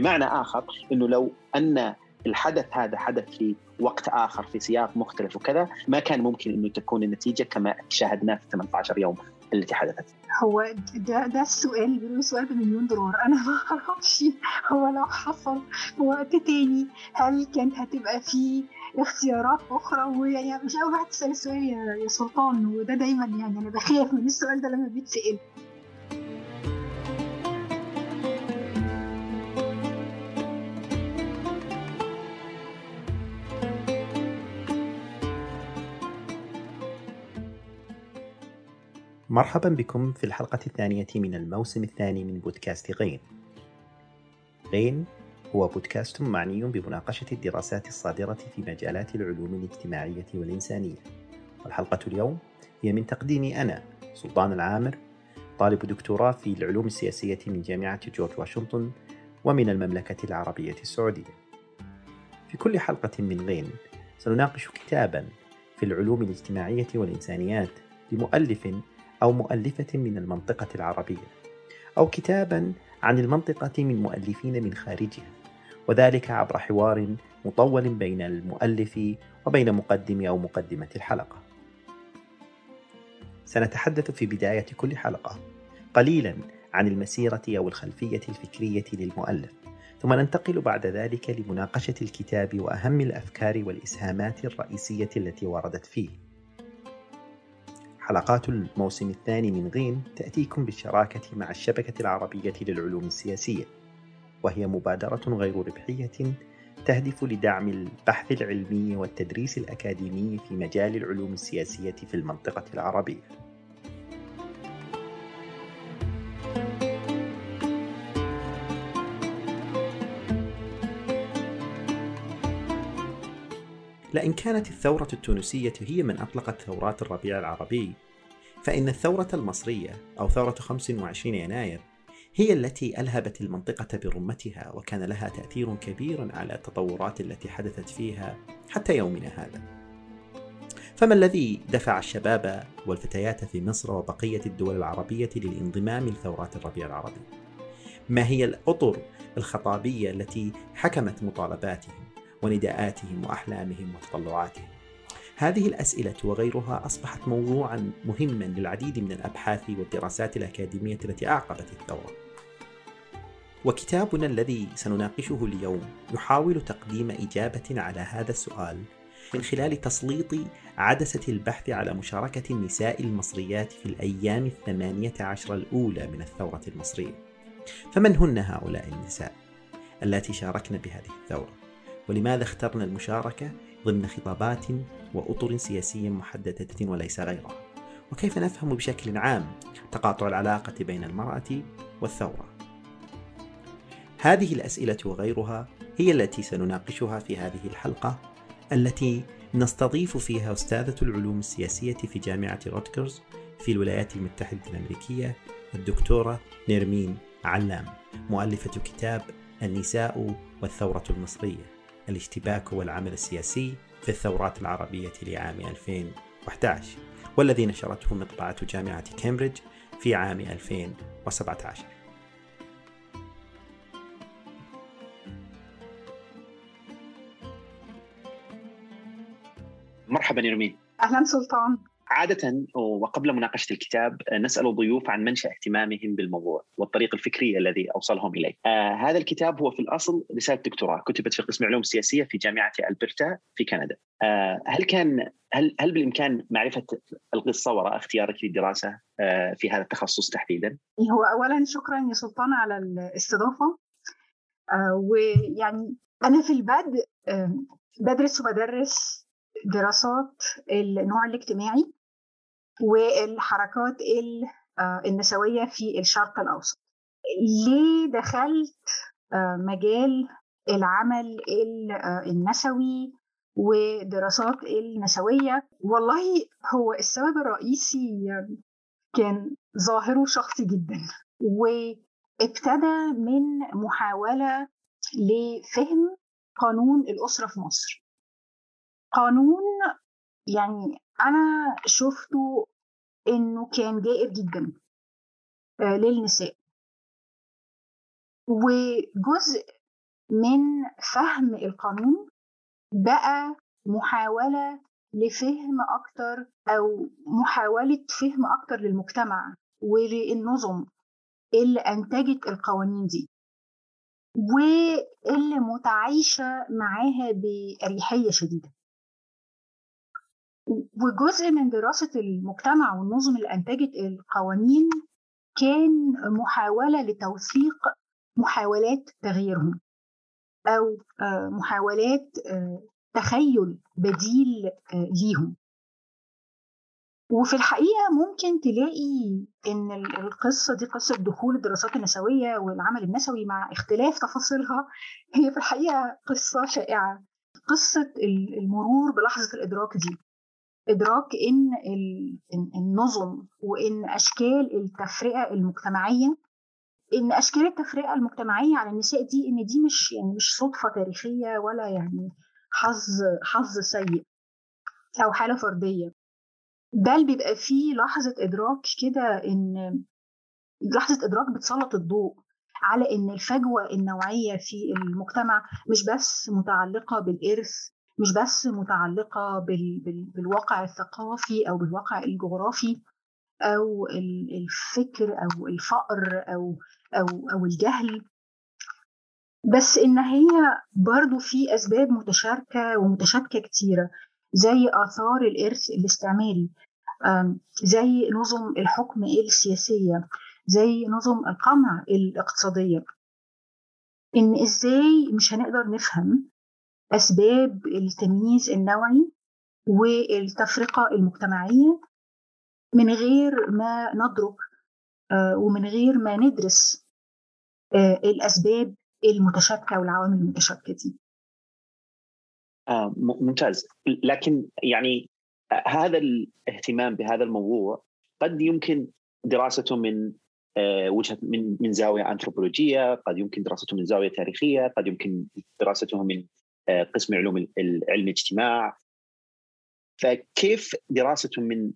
بمعنى آخر أنه لو أن الحدث هذا حدث في وقت آخر في سياق مختلف وكذا، ما كان ممكن أنه تكون النتيجة كما شاهدنا في 18 يوم التي حدثت. هو ده السؤال، بيقولوا سؤال ب1,000,000 $. أنا ما أعرفش هو لو حصل في وقت تاني هل كانت هتبقى فيه اختيارات أخرى؟ ويعني مش أول واحد تسأل السؤال يا سلطان، وده دايما يعني أنا بخاف من السؤال ده لما بيتسأل. مرحبا بكم في الحلقة الثانية من الموسم الثاني من بودكاست غين. غين هو بودكاست معني بمناقشة الدراسات الصادرة في مجالات العلوم الاجتماعية والإنسانية، والحلقة اليوم هي من تقديمي أنا سلطان العامر، طالب دكتوراه في العلوم السياسية من جامعة جورج واشنطن ومن المملكة العربية السعودية. في كل حلقة من غين سنناقش كتابا في العلوم الاجتماعية والإنسانيات لمؤلف أو مؤلفة من المنطقة العربية، أو كتاباً عن المنطقة من مؤلفين من خارجها، وذلك عبر حوار مطول بين المؤلف وبين مقدم أو مقدمة الحلقة. سنتحدث في بداية كل حلقة قليلاً عن المسيرة أو الخلفية الفكرية للمؤلف، ثم ننتقل بعد ذلك لمناقشة الكتاب وأهم الأفكار والإسهامات الرئيسية التي وردت فيه. حلقات الموسم الثاني من غين تأتيكم بالشراكة مع الشبكة العربية للعلوم السياسية، وهي مبادرة غير ربحية تهدف لدعم البحث العلمي والتدريس الأكاديمي في مجال العلوم السياسية في المنطقة العربية. لئن كانت الثورة التونسية هي من أطلقت ثورات الربيع العربي، فإن الثورة المصرية أو ثورة 25 يناير هي التي ألهبت المنطقة برمتها، وكان لها تأثير كبير على التطورات التي حدثت فيها حتى يومنا هذا. فما الذي دفع الشباب والفتيات في مصر وبقية الدول العربية للانضمام لثورات الربيع العربي؟ ما هي الأطر الخطابية التي حكمت مطالباتهم ونداءاتهم وأحلامهم وتطلعاتهم؟ هذه الأسئلة وغيرها أصبحت موضوعا مهما للعديد من الأبحاث والدراسات الأكاديمية التي أعقبت الثورة. وكتابنا الذي سنناقشه اليوم يحاول تقديم إجابة على هذا السؤال من خلال تسليط عدسة البحث على مشاركة النساء المصريات في الأيام 18 الأولى من الثورة المصرية. فمن هن هؤلاء النساء التي شاركن بهذه الثورة؟ ولماذا اخترنا المشاركة ضمن خطابات وأطر سياسية محددة وليس غيرها؟ وكيف نفهم بشكل عام تقاطع العلاقة بين المرأة والثورة؟ هذه الأسئلة وغيرها هي التي سنناقشها في هذه الحلقة، التي نستضيف فيها أستاذة العلوم السياسية في جامعة روتجرز في الولايات المتحدة الأمريكية، الدكتورة نيرمين علام، مؤلفة كتاب النساء والثورة المصرية: الاشتباك والعمل السياسي في الثورات العربية لعام 2011، والذي نشرته مطبعة جامعة كامبريدج في عام 2017. مرحبا نيرمين. أهلا سلطان. عادة وقبل مناقشة الكتاب نسأل الضيوف عن منشأ اهتمامهم بالموضوع والطريق الفكري الذي أوصلهم إليه. هذا الكتاب هو في الأصل رسالة دكتوراه كتبت في قسم علوم سياسية في جامعة ألبرتا في كندا. هل بالإمكان معرفة القصة وراء اختيارك للدراسة في هذا التخصص تحديدا؟ هو أولا شكرا يا سلطان على الاستضافة. ويعني أنا في البدء بدرس وبدرس دراسات النوع الاجتماعي والحركات النسوية في الشرق الأوسط. ليه دخلت مجال العمل النسوي ودراسات النسوية؟ والله هو السبب الرئيسي كان ظاهره شخصي جدا، وابتدى من محاولة لفهم قانون الأسرة في مصر. قانون يعني أنا شفته إنه كان جائر جدا للنساء، وجزء من فهم القانون بقى محاولة لفهم أكتر أو محاولة فهم أكتر للمجتمع وللنظم اللي أنتجت القوانين دي واللي متعايشة معاها بأريحية شديدة. وجزء من دراسة المجتمع والنظم اللي أنتجت القوانين كان محاولة لتوثيق محاولات تغييرهم أو محاولات تخيل بديل ليهم. وفي الحقيقة ممكن تلاقي إن القصة دي قصة دخول الدراسات النسوية والعمل النسوي مع اختلاف تفاصيلها هي في الحقيقة قصة شائعة، قصة المرور بلحظة الإدراك دي، إدراك إن النظم وإن أشكال التفرقة المجتمعية، إن أشكال التفرقة المجتمعية على النساء دي إن دي مش صدفة تاريخية ولا يعني حظ سيء أو حالة فردية، بل بيبقى فيه لحظة إدراك كده، إن لحظة إدراك بتسلط الضوء على إن الفجوة النوعية في المجتمع مش بس متعلقة بالإرث، مش بس متعلقة بالواقع الثقافي أو بالواقع الجغرافي أو الفكر أو الفقر أو الجهل، بس إن هي برضو في أسباب متشاركة ومتشابكة كتيرة، زي آثار الإرث الاستعماري، زي نظم الحكم السياسية، زي نظم القمع الاقتصادية. إن إزاي مش هنقدر نفهم أسباب التمييز النوعي والتفرقة المجتمعية من غير ما ندرك ومن غير ما ندرس الأسباب المتشابكة والعوامل المتشابكة دي. ممتاز. لكن يعني هذا الاهتمام بهذا الموضوع قد يمكن دراسته من وجهة من زاوية أنثروبولوجية، قد يمكن دراسته من زاوية تاريخية، قد يمكن دراسته من قسم علوم علم الاجتماع. فكيف دراسته من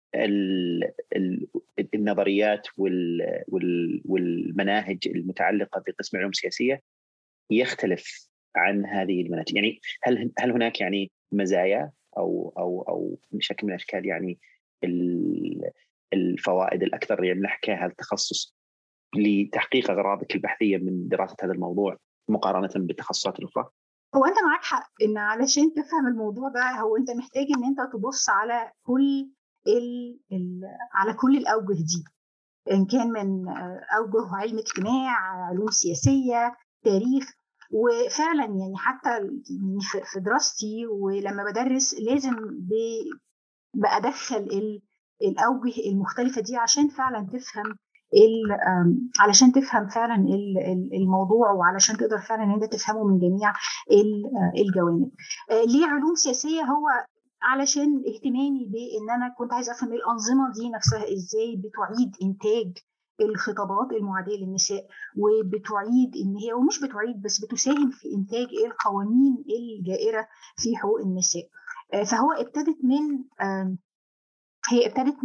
النظريات والمناهج المتعلقة بقسم علوم سياسية يختلف عن هذه المناهج؟ يعني هل هناك يعني مزايا او بشكل من الاشكال يعني الفوائد الاكثر يمنحك هذا التخصص لتحقيق اغراضك البحثيه من دراسه هذا الموضوع مقارنه بالتخصصات الاخرى؟ هو انت معاك حق ان علشان تفهم الموضوع ده هو انت محتاج ان انت تبص على كل على كل الاوجه دي، ان كان من اوجه علم اجتماع، علوم سياسيه، تاريخ. وفعلا يعني حتى في دراستي ولما بدرس لازم بأدخل الأوجه المختلفة دي عشان فعلا تفهم علشان تفهم فعلا الموضوع، وعلشان تقدر فعلا ان انت تفهمه من جميع الجوانب. ليه علوم سياسية؟ هو علشان اهتمامي بان انا كنت عايزه افهم الانظمه دي نفسها ازاي بتعيد انتاج الخطابات المعاديه للنساء، وبتعيد ان هي ومش بتعيد بس بتساهم في انتاج القوانين الجائره في حقوق النساء. فهو هي ابتدت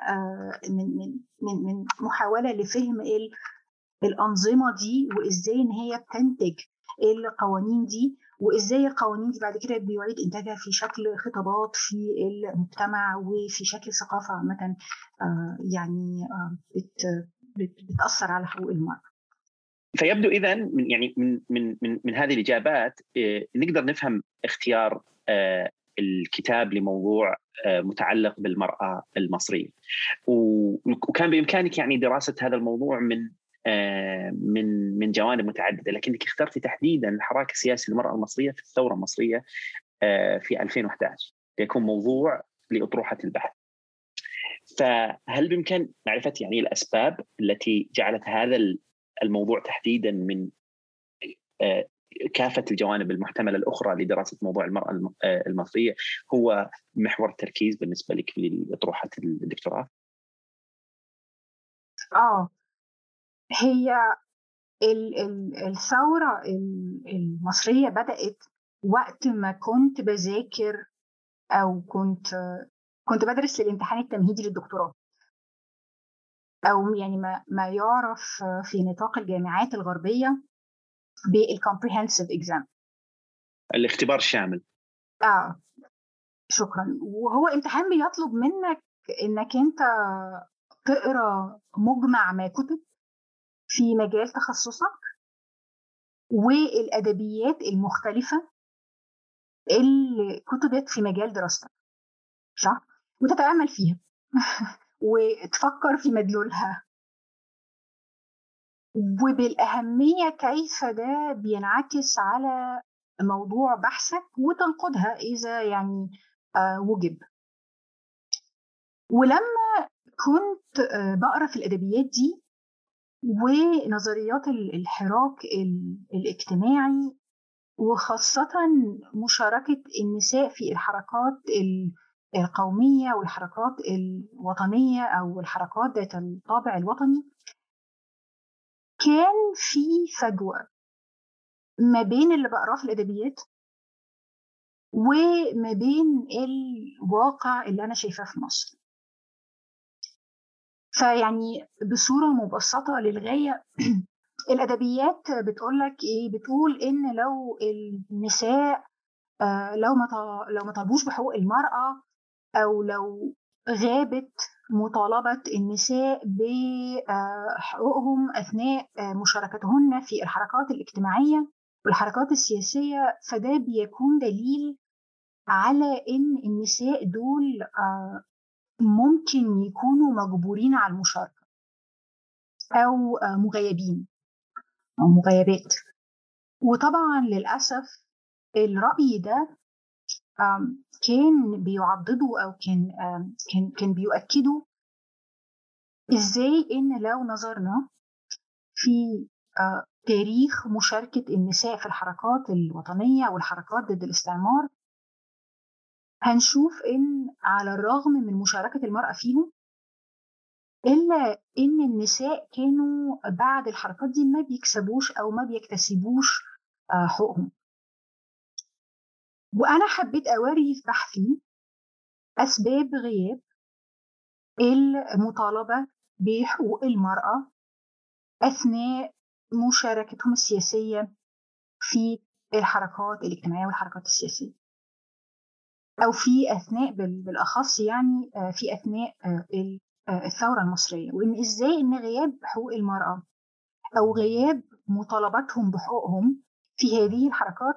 من محاولة لفهم الأنظمة دي، وإزاي إن هي بتنتج القوانين دي، وإزاي القوانين دي بعد كده بيعيد إنتاجها في شكل خطابات في المجتمع وفي شكل ثقافة عامة يعني بتأثر على حقوق المرأة. فيبدو إذن يعني من هذه الإجابات نقدر نفهم اختيار الكتاب لموضوع متعلق بالمرأة المصرية، وكان بإمكانك يعني دراسة هذا الموضوع من جوانب متعددة، لكنك اخترتي تحديدا الحراك السياسي للمرأة المصرية في الثورة المصرية في 2011 ليكون موضوع لأطروحة البحث. فهل بإمكان معرفة يعني الأسباب التي جعلت هذا الموضوع تحديدا من كافة الجوانب المحتملة الأخرى لدراسة موضوع المرأة المصرية هو محور التركيز بالنسبة لك لأطروحة الدكتوراه؟ هي الثورة المصرية بدأت وقت ما كنت بذاكر أو كنت بدرس للامتحان التمهيدي للدكتوراه، أو يعني ما يعرف في نطاق الجامعات الغربية بالcomprehensive exam، الاختبار الشامل. شكرا. وهو امتحان بيطلب منك انك انت تقرا مجمع ما كتب في مجال تخصصك والادبيات المختلفه اللي كتبت في مجال دراستك، صح؟ وتتامل فيها وتفكر في مدلولها، وبالاهميه كيف ده بينعكس على موضوع بحثك وتنقدها اذا يعني وجب. ولما كنت بقرا في الادبيات دي ونظريات الحراك الاجتماعي، وخاصة مشاركة النساء في الحركات القومية والحركات الوطنية أو الحركات ذات الطابع الوطني، كان في فجوة ما بين اللي بقراه في الأدبيات وما بين الواقع اللي أنا شايفاه في مصر. فيعني بصورة مبسطة للغاية الأدبيات بتقولك إيه؟ بتقول إن لو النساء لو ما طالبوش بحقوق المرأة، أو لو غابت مطالبة النساء بحقوقهم أثناء مشاركتهن في الحركات الاجتماعية والحركات السياسية، فده بيكون دليل على إن النساء دول ممكن يكونوا مجبورين على المشاركة أو مغيبين أو مغيبات. وطبعا للأسف الرأي ده كان بيعضدوا أو كان بيؤكدوا إزاي إن لو نظرنا في تاريخ مشاركة النساء في الحركات الوطنية والحركات ضد الاستعمار، هنشوف إن على الرغم من مشاركة المرأة فيهم، إلا إن النساء كانوا بعد الحركات دي ما بيكسبوش أو ما بيكتسبوش حقوقهم. وأنا حبيت أوري في بحثي أسباب غياب المطالبة بحقوق المرأة أثناء مشاركتهم السياسية في الحركات الاجتماعية والحركات السياسية، أو في أثناء بالأخص يعني في أثناء الثورة المصرية. وإن إزاي إن غياب حقوق المرأة أو غياب مطالبتهم بحقوقهم في هذه الحركات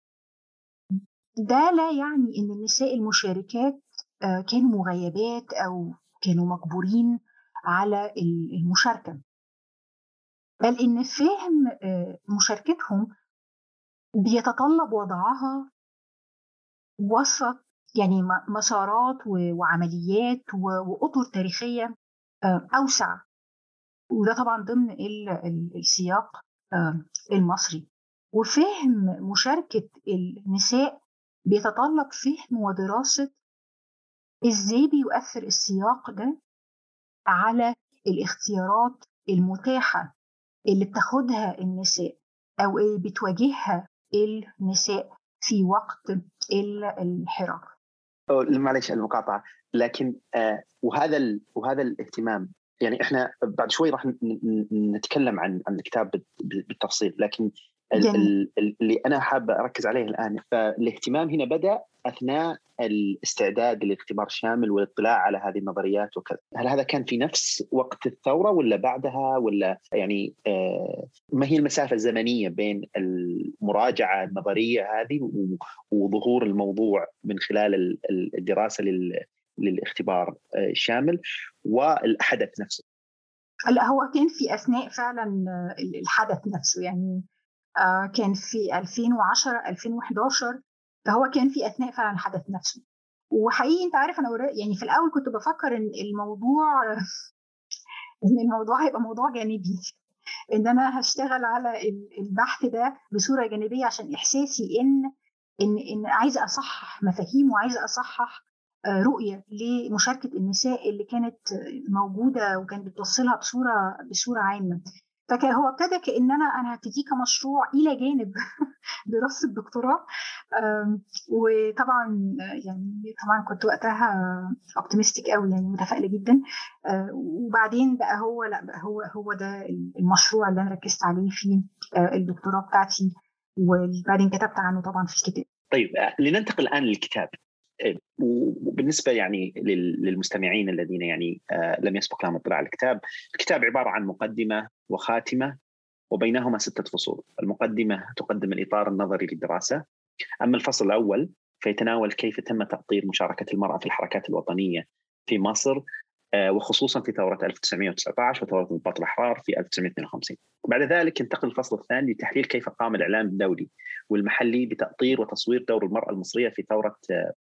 ده لا يعني إن النساء المشاركات كانوا مغيبات أو كانوا مجبورين على المشاركة، بل إن فهم مشاركتهم بيتطلب وضعها وسط يعني مسارات وعمليات وأطر تاريخية أوسع، وده طبعا ضمن السياق المصري. وفهم مشاركة النساء بيتطلب فهم ودراسة إزاي بيؤثر السياق ده على الاختيارات المتاحة اللي بتاخدها النساء أو اللي بتواجهها النساء في وقت الحراك. معلش المقاطعة، لكن وهذا الاهتمام، يعني احنا بعد شوي راح نتكلم عن الكتاب بالتفصيل، لكن اللي انا حابة اركز عليه الان، فالاهتمام هنا بدأ اثناء الاستعداد للاختبار الشامل والاطلاع على هذه النظريات وكذا. هل هذا كان في نفس وقت الثورة ولا بعدها، ولا يعني ما هي المسافة الزمنية بين المراجعة النظرية هذه وظهور الموضوع من خلال الدراسة للاختبار الشامل والحدث نفسه؟ لا، هو كان في أثناء فعلا الحدث نفسه، يعني كان في 2010 2011، فهو كان في أثناء فعلا الحدث نفسه. وحقيقي أنت عارف أنا يعني في الأول كنت بفكر إن الموضوع هيبقى موضوع جانبي، إن أنا هشتغل على البحث ده بصورة جانبية عشان إحساسي إن عايزة أصحح مفاهيم وعايزة أصحح رؤية لمشاركة النساء اللي كانت موجودة وكانت بتوصلها بصورة عامة. فكان هو ابتدى كأن أنا هبتديه كمشروع إلى جانب دراسة الدكتوراه. وطبعا يعني طبعا كنت وقتها اوبتيمستيك قوي، يعني متفائلة جدا. وبعدين بقى هو لا بقى هو ده المشروع اللي أنا ركزت عليه في الدكتوراه بتاعتي، وبعدين كتبت عنه طبعا في الكتاب. طيب لننتقل الآن للكتاب. وبالنسبة يعني للمستمعين الذين يعني لم يسبق لهم اطلاع على الكتاب عبارة عن مقدمة وخاتمة وبينهما 6 فصول. المقدمة تقدم الإطار النظري للدراسة، أما الفصل الأول فيتناول كيف تم تقدير مشاركة المرأة في الحركات الوطنية في مصر، وخصوصا في ثورة 1919 وثورة الضباط الأحرار في 1952. بعد ذلك ينتقل الفصل الثاني لتحليل كيف قام الإعلام الدولي والمحلي بتأطير وتصوير دور المرأة المصرية في ثورة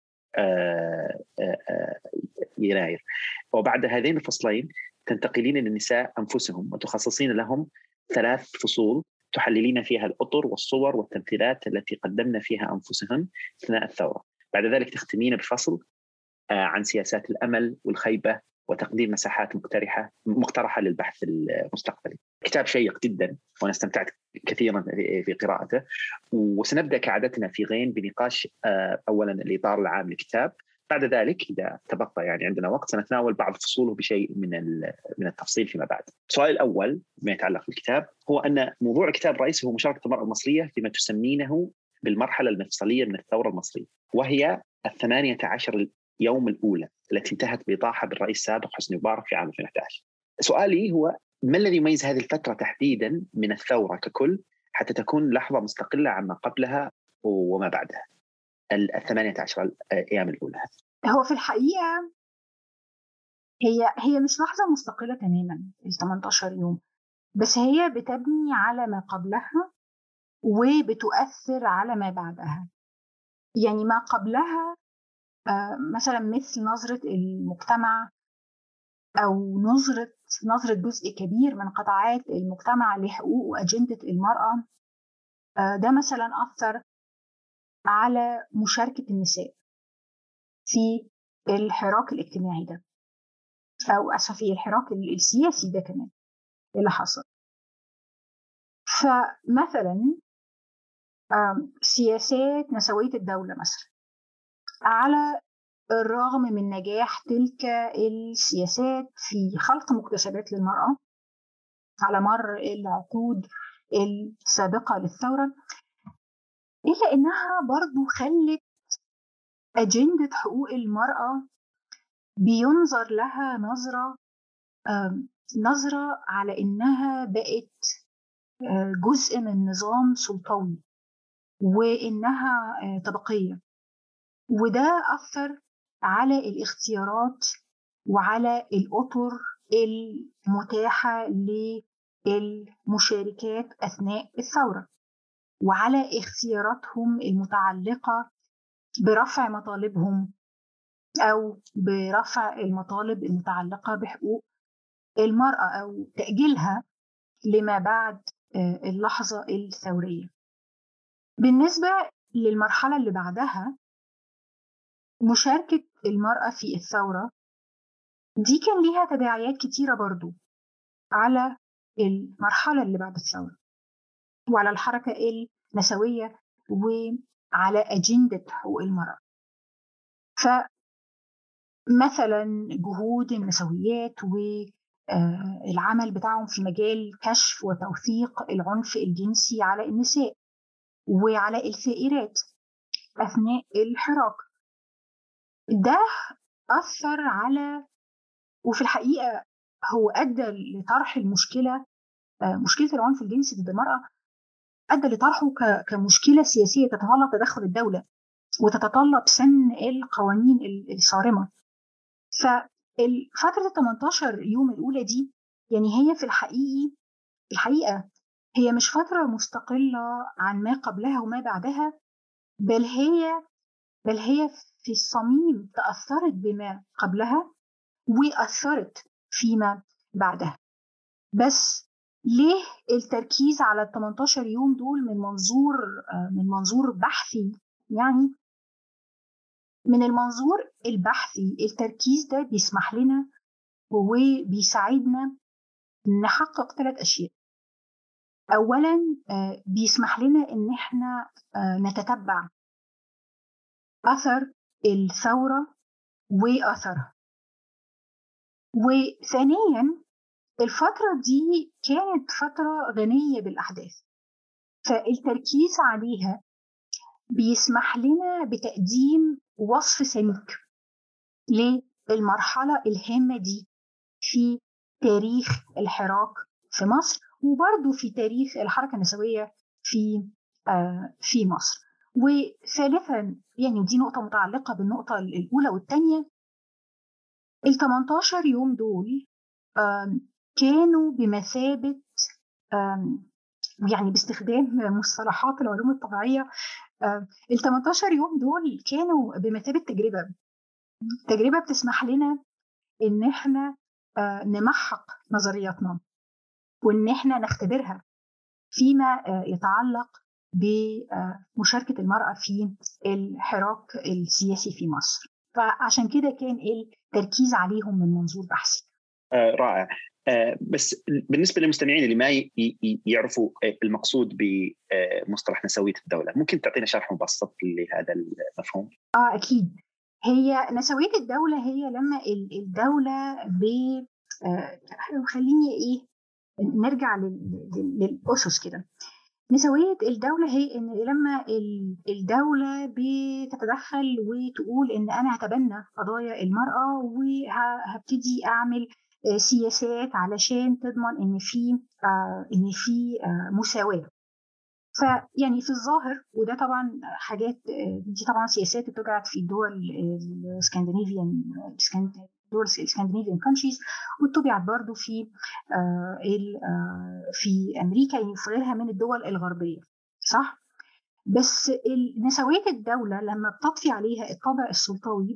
يناير. وبعد هذين الفصلين تنتقلين للنساء أنفسهم وتخصصين لهم 3 فصول تحللين فيها الأطر والصور والتمثيلات التي قدمن فيها أنفسهن أثناء الثورة. بعد ذلك تختمين بفصل عن سياسات الأمل والخيبة وتقديم مساحات مقترحة للبحث المستقبلي. كتاب شيق جدا وأنا استمتعت كثيرا في قراءته. وسنبدأ كعادتنا في غين بنقاش أولا الإطار العام للكتاب، بعد ذلك إذا تبقى يعني عندنا وقت سنتناول بعض فصوله بشيء من التفصيل فيما بعد. السؤال الأول ما يتعلق بالكتاب هو أن موضوع الكتاب الرئيسي هو مشاركة المرأة المصرية فيما تسمينه بالمرحلة المفصلية من الثورة المصرية، وهي 18 يوم الأولى التي انتهت بإطاحة بالرئيس السابق حسني مبارك في عام 2011. سؤالي هو ما الذي يميز هذه الفترة تحديدا من الثورة ككل حتى تكون لحظة مستقلة عما قبلها وما بعدها، 18 أيام الأولى؟ هو في الحقيقة هي مش لحظة مستقلة تماما ال 18 يوم، بس هي بتبني على ما قبلها وبتؤثر على ما بعدها. يعني ما قبلها مثلا مثل نظرة المجتمع أو نظرة جزء كبير من قطاعات المجتمع لحقوق وأجندة المرأة، ده مثلا أثر على مشاركة النساء في الحراك الاجتماعي ده، أو في الحراك السياسي ده كمان اللي حصل. فمثلا سياسات نسوية الدولة مثلا، على الرغم من نجاح تلك السياسات في خلق مكتسبات للمرأة على مر العقود السابقة للثورة، إلا إنها برضو خلت أجندة حقوق المرأة بينظر لها نظرة على إنها بقت جزء من نظام سلطوي وإنها طبقية. وده أثر على الاختيارات وعلى الأطر المتاحة للمشاركات أثناء الثورة، وعلى اختياراتهم المتعلقة برفع مطالبهم أو برفع المطالب المتعلقة بحقوق المرأة أو تأجيلها لما بعد اللحظة الثورية. بالنسبة للمرحلة اللي بعدها، مشاركة المرأة في الثورة دي كان ليها تداعيات كتيرة برضو على المرحلة اللي بعد الثورة وعلى الحركة النسوية وعلى أجندة حقوق المرأة. فمثلا جهود النسويات والعمل بتاعهم في مجال كشف وتوثيق العنف الجنسي على النساء وعلى الثائرات أثناء الحراك، ده أثر على، وفي الحقيقة هو أدى لطرح المشكلة، مشكلة العنف الجنسي ضد المرأة، أدى لطرحه كمشكلة سياسية تتطلب تدخل الدولة وتتطلب سن القوانين الصارمة. ففترة 18 يوم الأولى دي يعني هي في الحقيقة هي مش فترة مستقلة عن ما قبلها وما بعدها، بل هي في الصميم تأثرت بما قبلها وأثرت فيما بعدها. بس ليه التركيز على ال 18 يوم دول من منظور بحثي؟ يعني من المنظور البحثي التركيز ده بيسمح لنا وبيساعدنا نحقق 3 أشياء. أولا بيسمح لنا إن إحنا نتتبع أثر الثورة وأثرها. وثانيا الفترة دي كانت فترة غنية بالأحداث، فالتركيز عليها بيسمح لنا بتقديم وصف سميك للمرحلة الهامة دي في تاريخ الحراك في مصر، وبرضو في تاريخ الحركة النسوية في مصر. وثالثا يعني دي نقطة متعلقة بالنقطة الأولى والثانية، ال 18 يوم دول كانوا بمثابة يعني باستخدام مصطلحات العلوم الطبيعية، ال 18 يوم دول كانوا بمثابة تجربة بتسمح لنا إن إحنا نمحق نظرياتنا، وإن إحنا نختبرها فيما يتعلق بمشاركة المرأة في الحراك السياسي في مصر. فعشان كده كان التركيز عليهم من منظور بحثي. رائع. بس بالنسبة للمستمعين اللي ما يعرفوا المقصود بمصطلح نسوية الدولة، ممكن تعطينا شرح مبسط لهذا المفهوم؟ أكيد. هي نسوية الدولة هي لما الدولة خليني نرجع للأسس كده. نسوية الدولة هي إن لما الدولة بتتدخل وتقول إن أنا هتبنى قضايا المرأة وهبتدي أعمل سياسات علشان تضمن إن في مساواة. فيعني في الظاهر، وده طبعا حاجات دي طبعا سياسات بتجعل في الدول الاسكندنافيان كونتريز، واتبعت برضو في امريكا وفي غيرها من الدول الغربيه، صح؟ بس نسويه الدوله لما بتطفي عليها الطابع السلطوي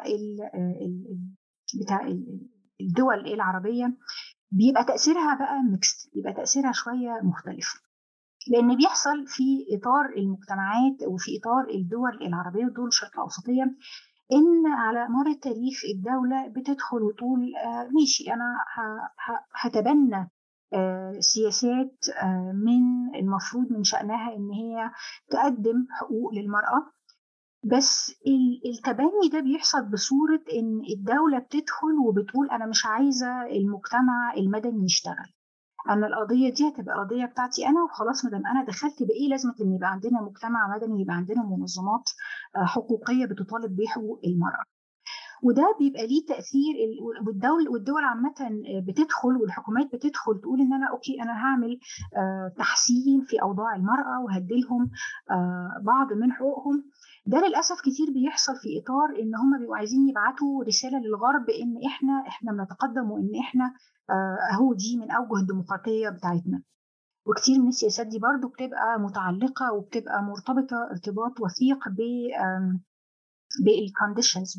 بتاع الدول العربيه، بيبقى تاثيرها بقى ميكست، بيبقى تاثيرها شويه مختلف، لأن بيحصل في إطار المجتمعات وفي إطار الدول العربية والدول الشرق الأوسطية إن على مر التاريخ الدولة بتدخل وتقول ماشي أنا هتبنى سياسات من المفروض من شأنها إن هي تقدم حقوق للمرأة، بس التبني ده بيحصل بصورة إن الدولة بتدخل وبتقول أنا مش عايزة المجتمع المدني يشتغل، أن القضية دي هتبقى قضية بتاعتي أنا وخلاص، مدام أنا دخلت بإيه لازمة إن يبقى عندنا مجتمع مدني، يبقى عندنا منظمات حقوقية بتطالب بحقوق المرأة. وده بيبقى ليه تأثير، والدول عامة بتدخل والحكومات بتدخل تقول إن أنا أوكي أنا هعمل تحسين في أوضاع المرأة وهديلهم بعض من حقوقهم. ده للأسف كتير بيحصل في إطار إن هم بيبقوا عايزين يبعتوا رسالة للغرب إن إحنا بنتقدم وإن إحنا أهو دي من أوجه الديمقراطية بتاعتنا. وكتير من السياسات دي برضو بتبقى متعلقة وبتبقى مرتبطة ارتباط وثيق بالكونديشنز،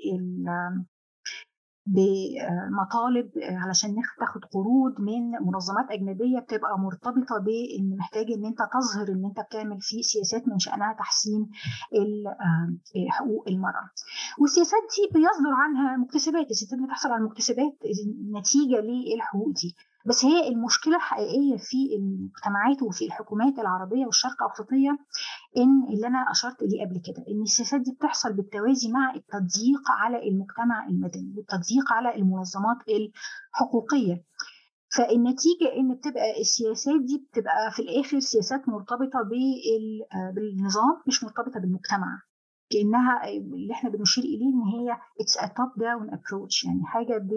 بمطالب علشان تاخد قروض من منظمات أجنبية، بتبقى مرتبطة بإن محتاج إن أنت تظهر إن أنت بتعمل فيه سياسات من شأنها تحسين حقوق المرأة. والسياسات دي بيصدر عنها مكتسبات، السياسات بتحصل على المكتسبات نتيجة للحقوق دي. بس هي المشكلة الحقيقية في المجتمعات وفي الحكومات العربية والشرق الأوسطية إن اللي أنا أشرت إليه قبل كده، إن السياسات دي بتحصل بالتوازي مع التضييق على المجتمع المدني والتضييق على المنظمات الحقوقية. فالنتيجة إن بتبقى السياسات دي بتبقى في الآخر سياسات مرتبطة بالنظام، مش مرتبطة بالمجتمع، كأنها اللي احنا بنشير إليه إن هي it's a top down approach، يعني حاجة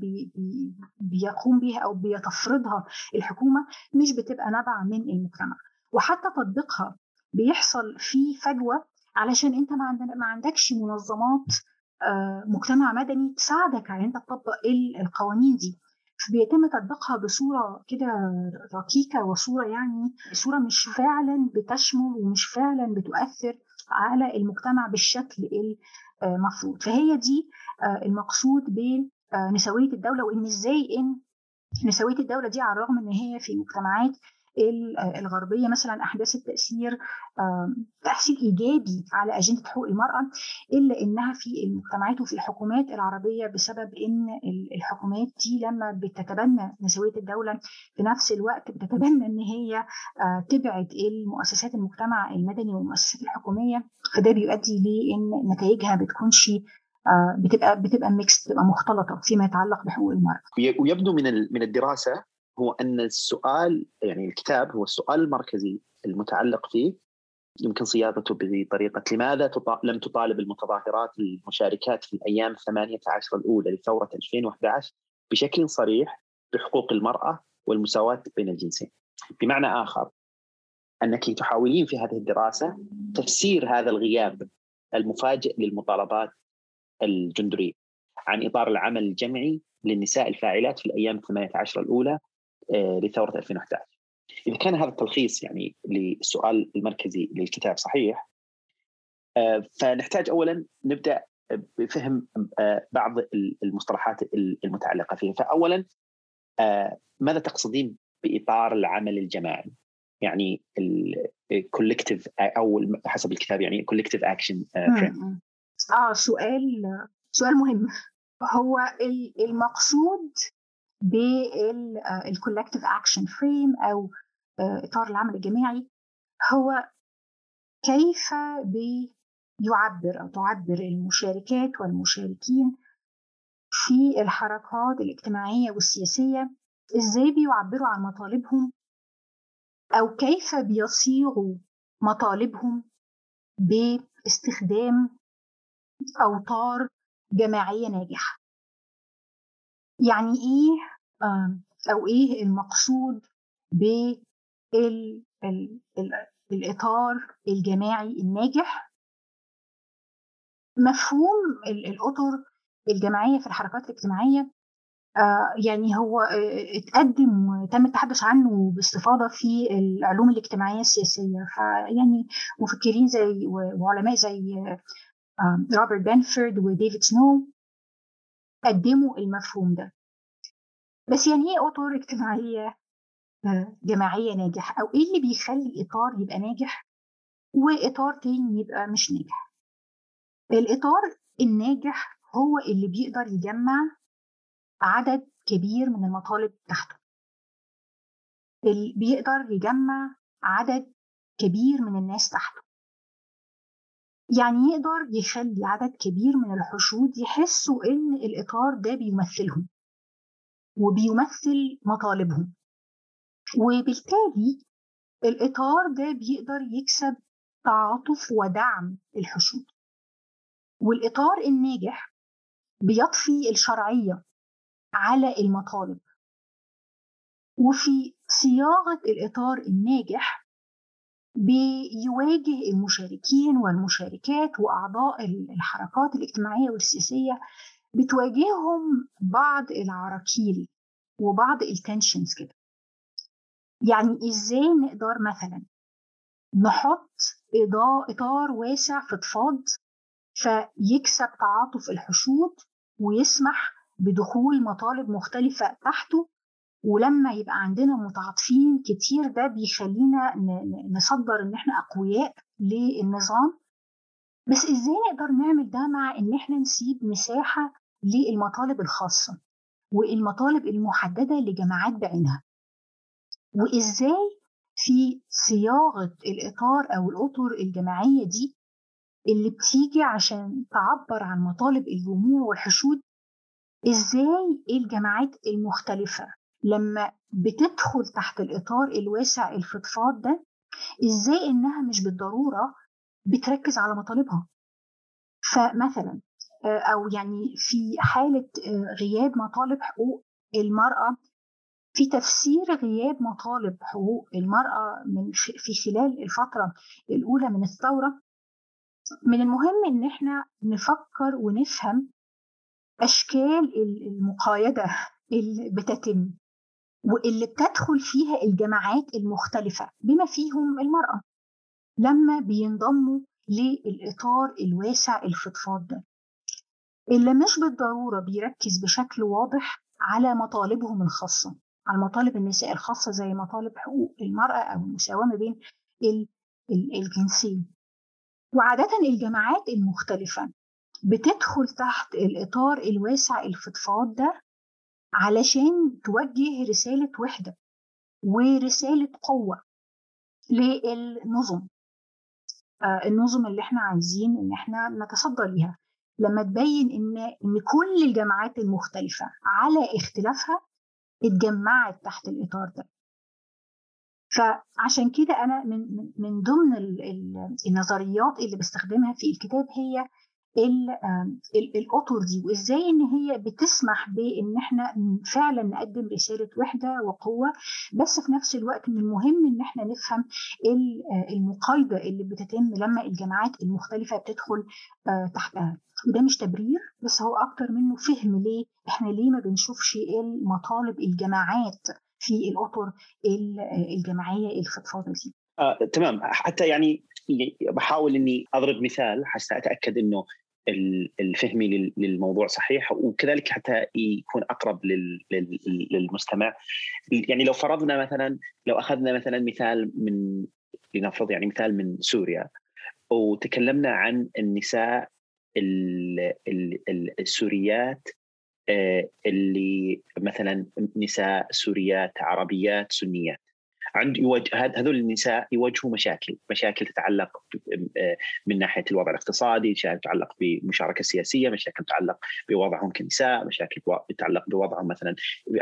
بيقوم بيها أو بيتفرضها الحكومة، مش بتبقى نابعة من المجتمع. وحتى تطبيقها بيحصل في فجوة علشان انت ما عندكش منظمات مجتمع مدني تساعدك على انت تطبق القوانين دي، بيتم تطبيقها بصورة كده ركيكة، وصورة يعني صورة مش فعلا بتشمل ومش فعلا بتؤثر على المجتمع بالشكل المفروض. فهي دي المقصود بنسوية الدولة، وإن إزاي إن نسوية الدولة دي على الرغم إن هي في مجتمعات الغربية مثلا أحداث التأثير تأثير إيجابي على أجندة حقوق المرأة، إلا إنها في المجتمعات وفي الحكومات العربية بسبب إن الحكومات دي لما بتتبنى نسوية الدولة في نفس الوقت بتتبنى إن هي تبعد المؤسسات المجتمع المدني والمؤسسات الحكومية، فده بيؤدي لأن نتائجها بتكونش بتبقى ميكس، بتبقى مختلطة فيما يتعلق بحقوق المرأة. ويبدو من الدراسة هو أن السؤال، يعني الكتاب هو السؤال المركزي المتعلق فيه يمكن صياغته بطريقة لماذا لم تطالب المتظاهرات المشاركات في الأيام 18 الأولى لثورة 2011 بشكل صريح بحقوق المرأة والمساواة بين الجنسين. بمعنى آخر أنك تحاولين في هذه الدراسة تفسير هذا الغياب المفاجئ للمطالبات الجندرية عن إطار العمل الجمعي للنساء الفاعلات في الأيام 18 الأولى لثورة 2011. إذا كان هذا التلخيص يعني للسؤال المركزي للكتاب صحيح، فنحتاج أولا نبدأ بفهم بعض المصطلحات المتعلقة فيه. فأولا ماذا تقصدين بإطار العمل الجماعي؟ يعني collective أو حسب الكتاب يعني collective action frame. سؤال مهم. هو المقصود بالcollective action frame أو إطار العمل الجماعي هو كيف بيعبر أو تعبر المشاركات والمشاركين في الحركات الاجتماعية والسياسية، إزاي بيعبروا عن مطالبهم أو كيف بيصيغوا مطالبهم باستخدام أوتار جماعية ناجحة. يعني إيه أو إيه المقصود بالإطار الجماعي الناجح؟ مفهوم الأطر الجماعية في الحركات الاجتماعية يعني هو اتقدم وتم التحدث عنه باستفاضة في العلوم الاجتماعية السياسية. فيعني مفكرين زي وعلماء زي روبرت بنفورد وديفيد سنو قدموا المفهوم ده. بس يعني ايه اطر اجتماعية جماعية ناجح، او ايه اللي بيخلي اطار يبقى ناجح واطار تاني يبقى مش ناجح؟ الاطار الناجح هو اللي بيقدر يجمع عدد كبير من المطالب تحته، اللي بيقدر يجمع عدد كبير من الناس تحته، يعني يقدر يخلي عدد كبير من الحشود يحسوا ان الاطار ده بيمثلهم وبيمثل مطالبهم، وبالتالي الإطار ده بيقدر يكسب تعاطف ودعم الحشود. والإطار الناجح بيضفي الشرعية على المطالب، وفي صياغة الإطار الناجح بيواجه المشاركين والمشاركات وأعضاء الحركات الاجتماعية والسياسية بتواجههم بعض العراكيل وبعض التنشنز كده. يعني إزاي نقدر مثلا نحط إطار واسع فضفاض فيكسب تعاطف الحشود ويسمح بدخول مطالب مختلفة تحته، ولما يبقى عندنا متعاطفين كتير ده بيخلينا نصدر إن إحنا أقوياء للنظام. بس إزاي نقدر نعمل ده مع إن إحنا نسيب مساحة للمطالب الخاصة والمطالب المحددة لجماعات بعينها؟ وإزاي في صياغة الإطار أو الأطر الجماعية دي اللي بتيجي عشان تعبر عن مطالب الجموع والحشود، إزاي الجماعات المختلفة لما بتدخل تحت الإطار الواسع الفضفاض ده إزاي إنها مش بالضرورة بتركز على مطالبها؟ فمثلا أو يعني في حالة غياب مطالب حقوق المرأة، في تفسير غياب مطالب حقوق المرأة في خلال الفترة الأولى من الثورة، من المهم إن إحنا نفكر ونفهم أشكال المقايدة اللي بتتم واللي بتدخل فيها الجماعات المختلفة بما فيهم المرأة لما بينضموا للإطار الواسع الفضفاض ده، اللي مش بالضرورة بيركز بشكل واضح على مطالبهم الخاصة على مطالب النساء الخاصة زي مطالب حقوق المرأة أو المساواة ما بين الجنسين. وعادة الجماعات المختلفة بتدخل تحت الإطار الواسع الفضفاض ده علشان توجه رسالة وحدة ورسالة قوة للنظم، النظم اللي احنا عايزين ان احنا نتصدى ليها، لما تبين ان كل الجماعات المختلفة على اختلافها اتجمعت تحت الإطار ده. فعشان كده أنا من ضمن النظريات اللي بستخدمها في الكتاب هي الأطر دي، وإزاي إن هي بتسمح بإن إحنا فعلا نقدم رسالة وحدة وقوة، بس في نفس الوقت من المهم إن إحنا نفهم المقايضة اللي بتتم لما الجماعات المختلفة بتدخل تحتها. وده مش تبرير، بس هو أكتر منه فهم ليه إحنا ليه ما بنشوفش المطالب الجماعات في الأطر الجماعية الفضفاضة دي. تمام. حتى يعني بحاول اني اضرب مثال حتى اتاكد انه الفهمي للموضوع صحيح، وكذلك حتى يكون اقرب للمستمع. يعني لو فرضنا مثلا، لو اخذنا مثلا مثال من، لنفرض يعني مثال من سوريا، وتكلمنا عن النساء السوريات اللي مثلا نساء سوريات عربيات سنيات، هذول النساء يواجهوا مشاكل تتعلق من ناحية الوضع الاقتصادي، مشاكل تتعلق بمشاركة سياسية، مشاكل تتعلق بوضعهم كنساء، مشاكل تتعلق بوضعهم مثلا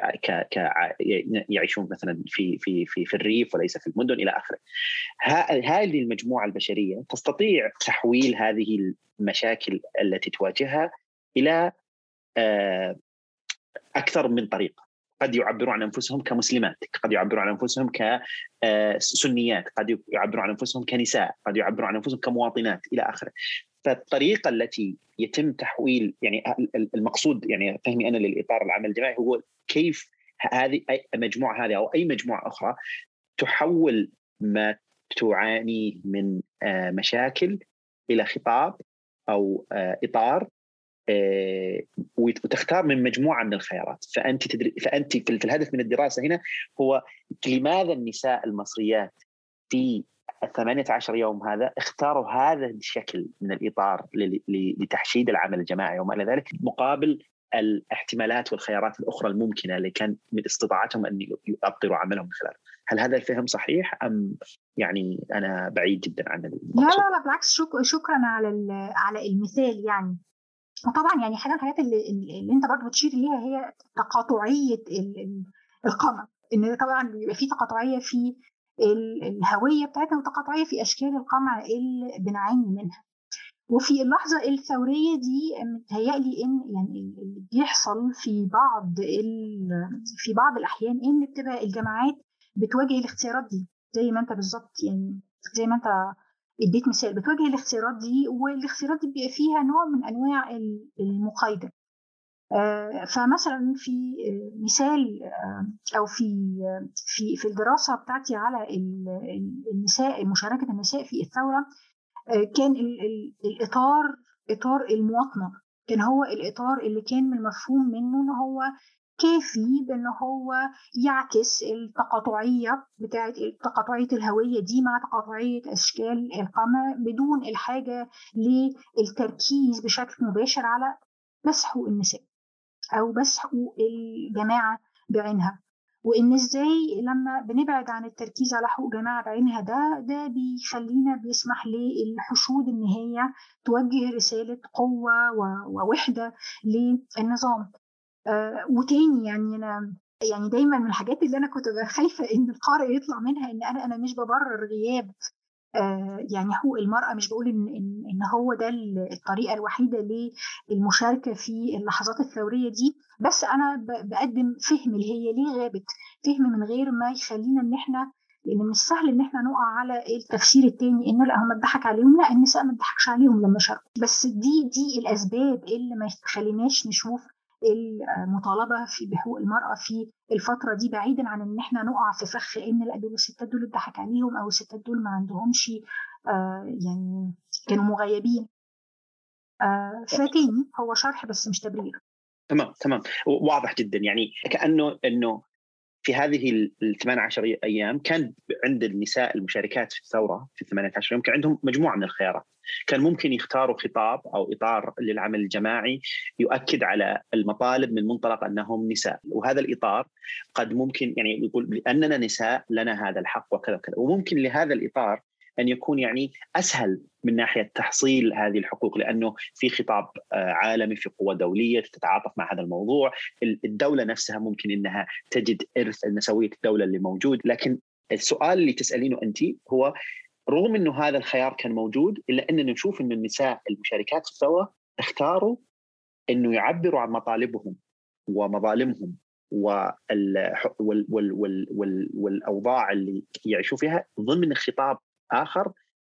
يعيشون مثلا في الريف وليس في المدن إلى آخره. هذه المجموعة البشرية تستطيع تحويل هذه المشاكل التي تواجهها إلى أكثر من طريقة. قد يعبروا عن أنفسهم كمسلمات، قد يعبروا عن أنفسهم كسنيات، قد يعبروا عن أنفسهم كنساء، قد يعبروا عن أنفسهم كمواطنات إلى آخره. فالطريقة التي يتم تحويل، يعني المقصود يعني فهمي أنا للإطار العمل الجماعي هو كيف هذه المجموعة هذه أو أي مجموعة أخرى تحول ما تعاني من مشاكل إلى خطاب أو إطار، وتختار من مجموعة من الخيارات. فأنت في الهدف من الدراسة هنا هو لماذا النساء المصريات في 18 يوم هذا اختاروا هذا الشكل من الإطار لتحشيد العمل الجماعي وما إلى ذلك، مقابل الاحتمالات والخيارات الأخرى الممكنة اللي كان من استطاعتهم أن يؤطروا عملهم من خلاله. هل هذا الفهم صحيح أم يعني أنا بعيد جدا عن المقصود؟ لا بالعكس، شكرا على المثال. يعني وطبعا يعني حاجه من الحاجات اللي انت برضو بتشير ليها هي تقاطعيه القمع، ان طبعا بيبقى في تقاطعيه في الهويه بتاعتنا وتقاطعيه في اشكال القمع اللي بنعاني منها. وفي اللحظه الثوريه دي متهيألي ان يعني اللي بيحصل في بعض الاحيان ان بتبقى الجماعات بتواجه الاختيارات دي زي ما انت بالظبط، يعني زي ما انت اديت مثال، بتواجه الاختيارات دي، والاختيارات دي بيبقى فيها نوع من انواع المقايضه. فمثلا في مثال او في الدراسه بتاعتي على النساء، مشاركه النساء في الثوره، كان اطار المواطنه كان هو الاطار اللي كان من المفهوم منه ان هو كافي بان هو يعكس التقاطعيه بتاعه تقاطعيه الهويه دي مع تقاطعيه اشكال القمع، بدون الحاجه للتركيز بشكل مباشر على بس حقوق النساء او بس حقوق الجماعه بعينها. وان ازاي لما بنبعد عن التركيز على حقوق جماعه بعينها ده بيسمح للحشود ان هي توجه رساله قوه ووحده للنظام. وتاني يعني انا يعني دايما من الحاجات اللي انا كنت خايفه ان القارئ يطلع منها ان انا مش ببرر غياب يعني حقوق المرأة، مش بقول إن هو ده الطريقة الوحيدة للمشاركة في اللحظات الثورية دي، بس أنا بقدم فهم اللي هي ليه غابت، فهم من غير ما يخلينا إن إحنا، لأن من السهل إن إحنا نقع على التفسير التاني إنه لا هم اتضحك عليهم، لا النساء ما اتضحكش عليهم لما شاركوا، بس دي الأسباب اللي ما تخليناش نشوف المطالبة بحقوق المرأة في الفترة دي، بعيدا عن ان احنا نقع في فخ ان لا دول الستات دول اتضحك عليهم او الستات دول ما عندهمش يعني كانوا مغيبين. فتاني هو شرح بس مش تبرير. تمام واضح جدا. يعني كأنه في هذه 18 أيام كان عند النساء المشاركات في الثورة في 18 يوم كان عندهم مجموعة من الخيارات. كان ممكن يختاروا خطاب أو إطار للعمل الجماعي يؤكد على المطالب من منطلق أنهم نساء، وهذا الإطار قد ممكن يعني يقول لأننا نساء لنا هذا الحق وكذا وكذا، وممكن لهذا الإطار أن يكون يعني أسهل من ناحية تحصيل هذه الحقوق، لأنه في خطاب عالمي، في قوة دولية تتعاطف مع هذا الموضوع. الدولة نفسها ممكن أنها تجد إرث نسوية الدولة اللي موجود. لكن السؤال اللي تسألينه أنت هو رغم أنه هذا الخيار كان موجود، إلا أننا نشوف أن النساء المشاركات في الثورة اختاروا أنه يعبروا عن مطالبهم ومظالمهم والأوضاع اللي يعيشوا فيها ضمن خطاب آخر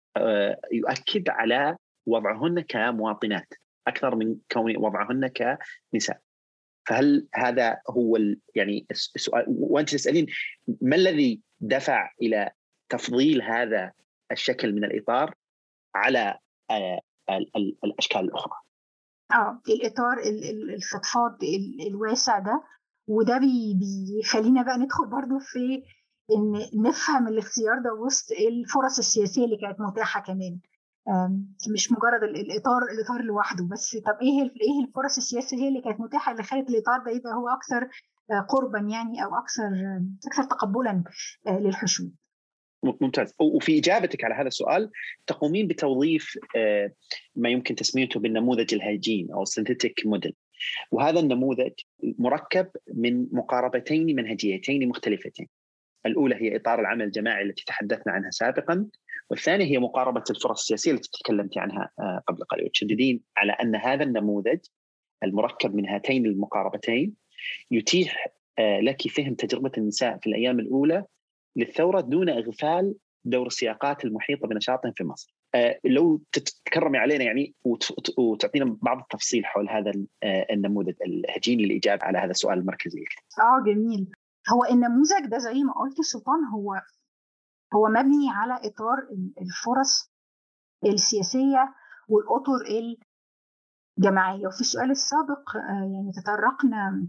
يؤكد على وضعهن كمواطنات أكثر من كون وضعهن كنساء. فهل هذا هو يعني السؤال؟ وأنت تسألين ما الذي دفع إلى تفضيل هذا الشكل من الإطار على الأشكال الأخرى؟ الإطار الفضفاض الواسع ده، وده بيخلينا بقى ندخل برضو في إن نفهم الاختيار ده وسط الفرص السياسية اللي كانت متاحة كمان، مش مجرد الإطار لوحده بس. طب إيه الفرص السياسية هي اللي كانت متاحة اللي خلت الإطار ده يبقى هو أكثر قربا يعني أو أكثر تقبلا للحشود؟ ممتاز. وفي إجابتك على هذا السؤال تقومين بتوظيف ما يمكن تسميته بالنموذج الهجين أو synthetic model، وهذا النموذج مركب من مقاربتين منهجيتين مختلفتين. الأولى هي إطار العمل الجماعي التي تحدثنا عنها سابقا، والثانية هي مقاربة الفرص السياسية التي تكلمت عنها قبل قليل. وتشددين على أن هذا النموذج المركب من هاتين المقاربتين يتيح لك فهم تجربة النساء في الأيام الأولى للثورة دون إغفال دور السياقات المحيطة بنشاطهم في مصر. لو تتكرمي علينا يعني وتعطينا بعض التفصيل حول هذا النموذج الهجين للإجابة على هذا السؤال المركزي. جميل. هو النموذج ده زي ما قلت سلطان هو مبني على إطار الفرص السياسية والأطر الجماعية. وفي السؤال السابق يعني تطرقنا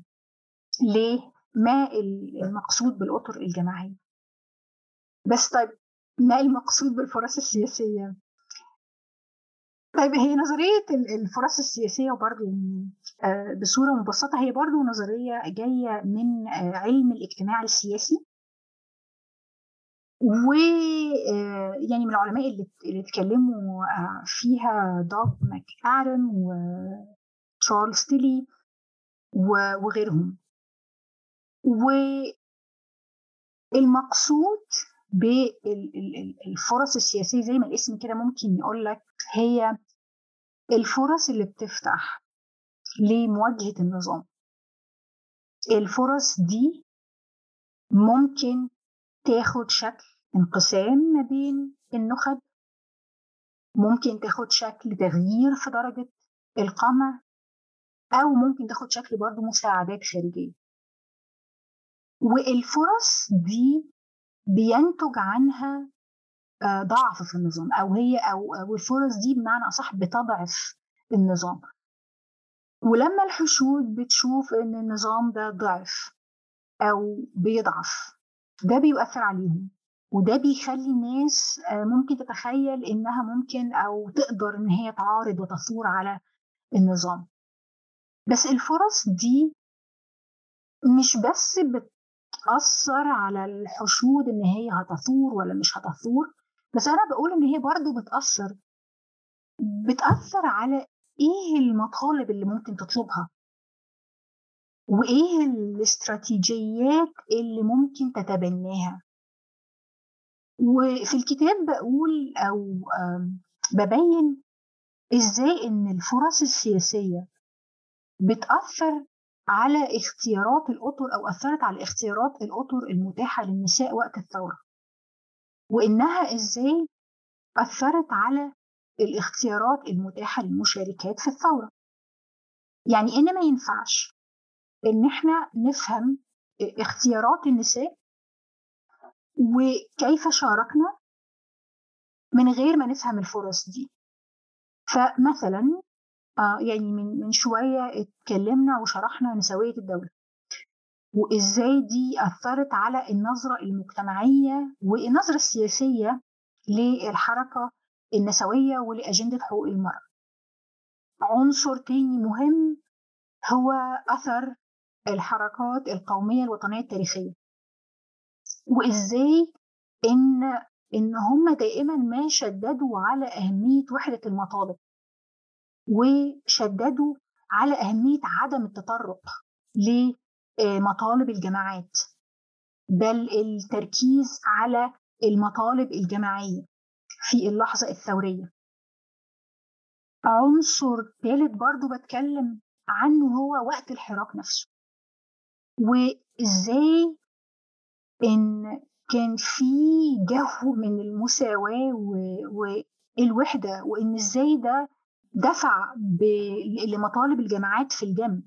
لما المقصود بالأطر الجماعية. بس طيب ما المقصود بالفرص السياسية؟ طيب هي نظرية الفرص السياسية وبرضو بصورة مبسطة هي برضو نظرية جاية من علم الاجتماع السياسي، ويعني من العلماء اللي اتكلموا فيها دوغ ماكآدم وتشارلز تيلي وغيرهم. والمقصود بالفرص السياسية زي ما الاسم كده ممكن يقول لك هي الفرص اللي بتفتح لمواجهة النظام. الفرص دي ممكن تاخد شكل انقسام ما بين النخب، ممكن تاخد شكل تغيير في درجة القمع، أو ممكن تاخد شكل برضو مساعدات خارجية. والفرص دي بينتج عنها ضعف في النظام، أو الفرص دي بمعنى أصح بتضعف النظام. ولما الحشود بتشوف إن النظام ده ضعف أو بيضعف، ده بيؤثر عليهم، وده بيخلي الناس ممكن تتخيل إنها ممكن أو تقدر إن هي تعارض وتثور على النظام. بس الفرص دي مش بس بتأثر على الحشود إن هي هتثور ولا مش هتثور، بس أنا بقول إن هي برضو بتأثر على إيه المطالب اللي ممكن تطلبها، وإيه الاستراتيجيات اللي ممكن تتبناها. وفي الكتاب بقول أو ببين إزاي إن الفرص السياسية بتأثر على اختيارات الأطر أو أثرت على اختيارات الأطر المتاحة للنساء وقت الثورة، وإنها إزاي أثرت على الاختيارات المتاحة للمشاركات في الثورة. يعني إن ما ينفعش إن إحنا نفهم اختيارات النساء وكيف شاركنا من غير ما نفهم الفرص دي. فمثلا يعني من شوية اتكلمنا وشرحنا نسوية الدولة. وإزاي دي أثرت على النظرة المجتمعية والنظرة السياسية للحركة النسوية ولأجندة حقوق المرأة. عنصر تاني مهم هو أثر الحركات القومية الوطنية التاريخية، وإزاي إن هم دائما ما شددوا على أهمية وحدة المطالب، وشددوا على أهمية عدم التطرق لمطالب الجماعات، بل التركيز على المطالب الجماعية في اللحظة الثورية. عنصر ثالث برضو بتكلم عنه هو وقت الحراك نفسه، وإزاي إن كان في جو من المساواة والوحدة، وإن إزاي ده دفع لمطالب الجماعات في الجنب،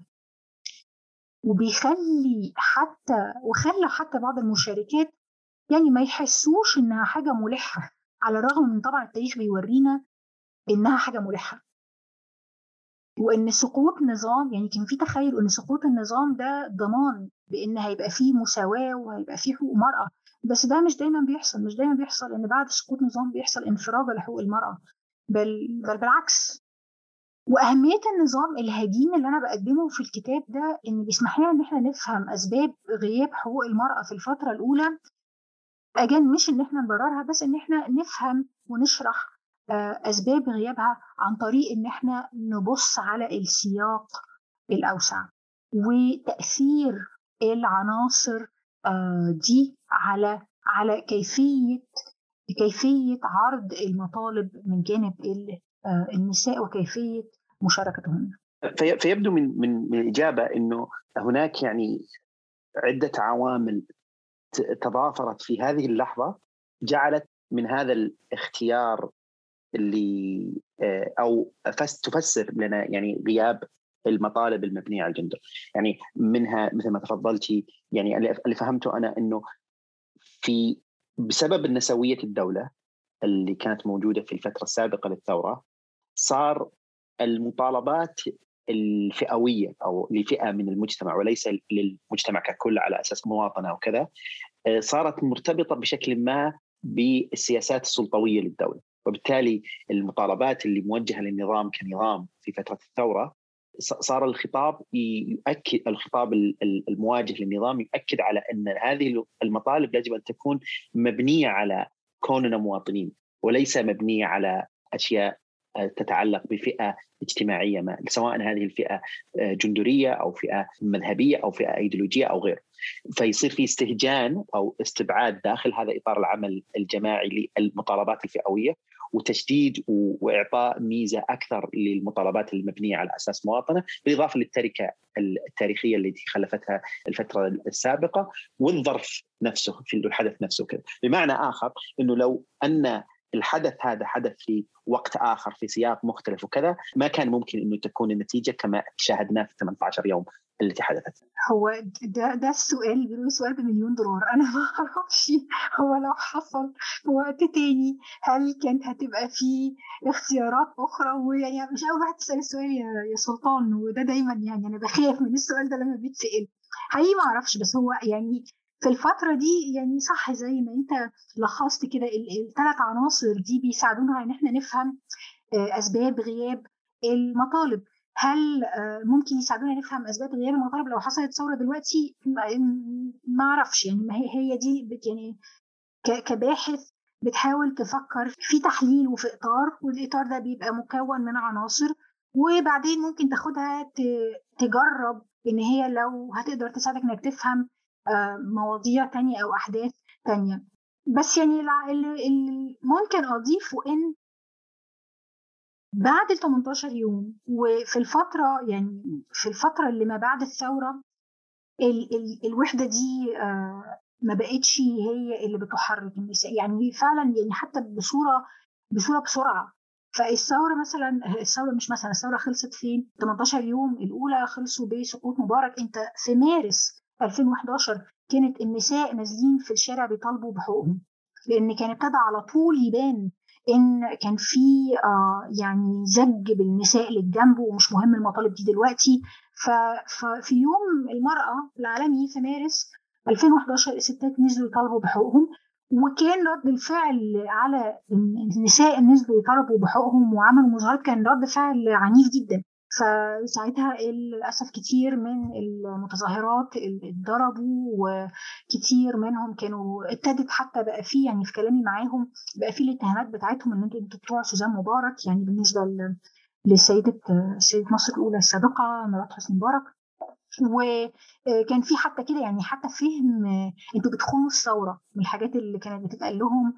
وبيخلي وخلى حتى بعض المشاركات يعني ما يحسوش إنها حاجة ملحة، على الرغم من طبعا التاريخ بيورينا إنها حاجة ملحة، وإن سقوط نظام، يعني كان في تخيل إن سقوط النظام ده ضمان بإن هيبقى فيه مساواة وهيبقى فيه حقوق مرأة، بس ده مش دايما بيحصل. مش دايما بيحصل إن بعد سقوط نظام بيحصل انفراجة لحقوق المرأة، بل بالعكس. وأهمية النظام الهجين اللي أنا بقدمه في الكتاب ده إن بيسمح لنا إن إحنا نفهم أسباب غياب حقوق المرأة في الفترة الأولى، أجل مش إن إحنا نبررها، بس إن إحنا نفهم ونشرح أسباب غيابها عن طريق إن إحنا نبص على السياق الأوسع وتأثير العناصر دي على كيفية عرض المطالب من جانب النساء وكيفية مشاركتهن. فيبدو من الإجابة إنه هناك يعني عدة عوامل تضافرت في هذه اللحظة جعلت من هذا الاختيار اللي أو تفسر لنا يعني غياب المطالب المبنية على الجندر. يعني منها مثل ما تفضلتي، يعني اللي فهمته أنا إنه بسبب النسوية الدولة اللي كانت موجودة في الفترة السابقة للثورة، صار المطالبات الفئوية أو لفئة من المجتمع وليس للمجتمع ككل على أساس مواطنة وكذا، صارت مرتبطة بشكل ما بالسياسات السلطوية للدولة، وبالتالي المطالبات اللي موجهة للنظام كنظام في فترة الثورة صار الخطاب المواجه للنظام يؤكد على أن هذه المطالب يجب أن تكون مبنية على كوننا مواطنين، وليس مبنية على أشياء تتعلق بفئة اجتماعية ما، سواء هذه الفئة جندرية أو فئة مذهبية أو فئة أيديولوجية أو غيره. فيصير في استهجان أو استبعاد داخل هذا إطار العمل الجماعي للمطالبات الفئوية، وتشديد وإعطاء ميزة أكثر للمطالبات المبنية على أساس مواطنة، بالإضافة للتركة التاريخية التي خلفتها الفترة السابقة والظرف نفسه في الحدث نفسه كذا. بمعنى آخر أنه لو أن الحدث هذا حدث في وقت آخر في سياق مختلف وكذا، ما كان ممكن أنه تكون النتيجة كما شاهدنا في 18 يوم التي حدثت. هو ده السؤال بيقولوا سؤال ب1,000,000 دولار. أنا ما أعرفش هو لو حصل في وقت تاني هل كانت هتبقى فيه اختيارات أخرى. ويعني مش أول واحد تسأل السؤال يا سلطان، وده دايما يعني أنا بخاف من السؤال ده لما بيتسأل حقيقي. ما أعرفش، بس هو يعني في الفترة دي يعني صح زي ما أنت لخصت كده، ال3 عناصر دي بيساعدونا إن احنا نفهم أسباب غياب المطالب. هل ممكن يساعدونا نفهم أسباب غياب المطالب لو حصلت ثورة دلوقتي؟ ما أعرفش. يعني ما هي دي يعني كباحث بتحاول تفكر في تحليل وفي إطار، والإطار ده بيبقى مكون من عناصر، وبعدين ممكن تاخدها تجرب إن هي لو هتقدر تساعدك إنك تفهم مواضيع تانية أو أحداث تانية. بس يعني اللي ممكن أضيفه إن بعد 18 يوم وفي الفترة، يعني في الفترة اللي ما بعد الثورة، الوحدة دي ما بقتش هي اللي بتحرك النساء، يعني فعلا يعني حتى بصورة بسرعة. فالثورة مثلا، الثورة خلصت فين؟ 18 يوم الأولى خلصوا بسقوط مبارك. انت في مارس 2011 كانت النساء نازلين في الشارع بيطالبوا بحقوقهم، لأن كان ابتدى على طول يبان إن كان في يعني زج بالنساء للجنب، ومش مهم المطالب دي دلوقتي. ففي يوم المرأة العالمي في مارس 2011 الستات نزلوا يطالبوا بحقوقهم، وكان رد الفعل على النساء نزلوا يطالبوا بحقوقهم وعملوا مظاهرات كان رد فعل عنيف جدا. فساعتها للأسف كتير من المتظاهرات اتضربوا، وكتير منهم كانوا ابتدت حتى بقى فيه يعني في كلامي معاهم بقى فيه الاتهامات بتاعتهم ان انتوا بتوع سوزان مبارك، يعني بالنسبة لسيدة مصر الأولى السابقة مرات حسني مبارك. وكان في حتى كده يعني حتى فهم انتوا بتخونوا الثوره من الحاجات اللي كانت بتتقال لهم.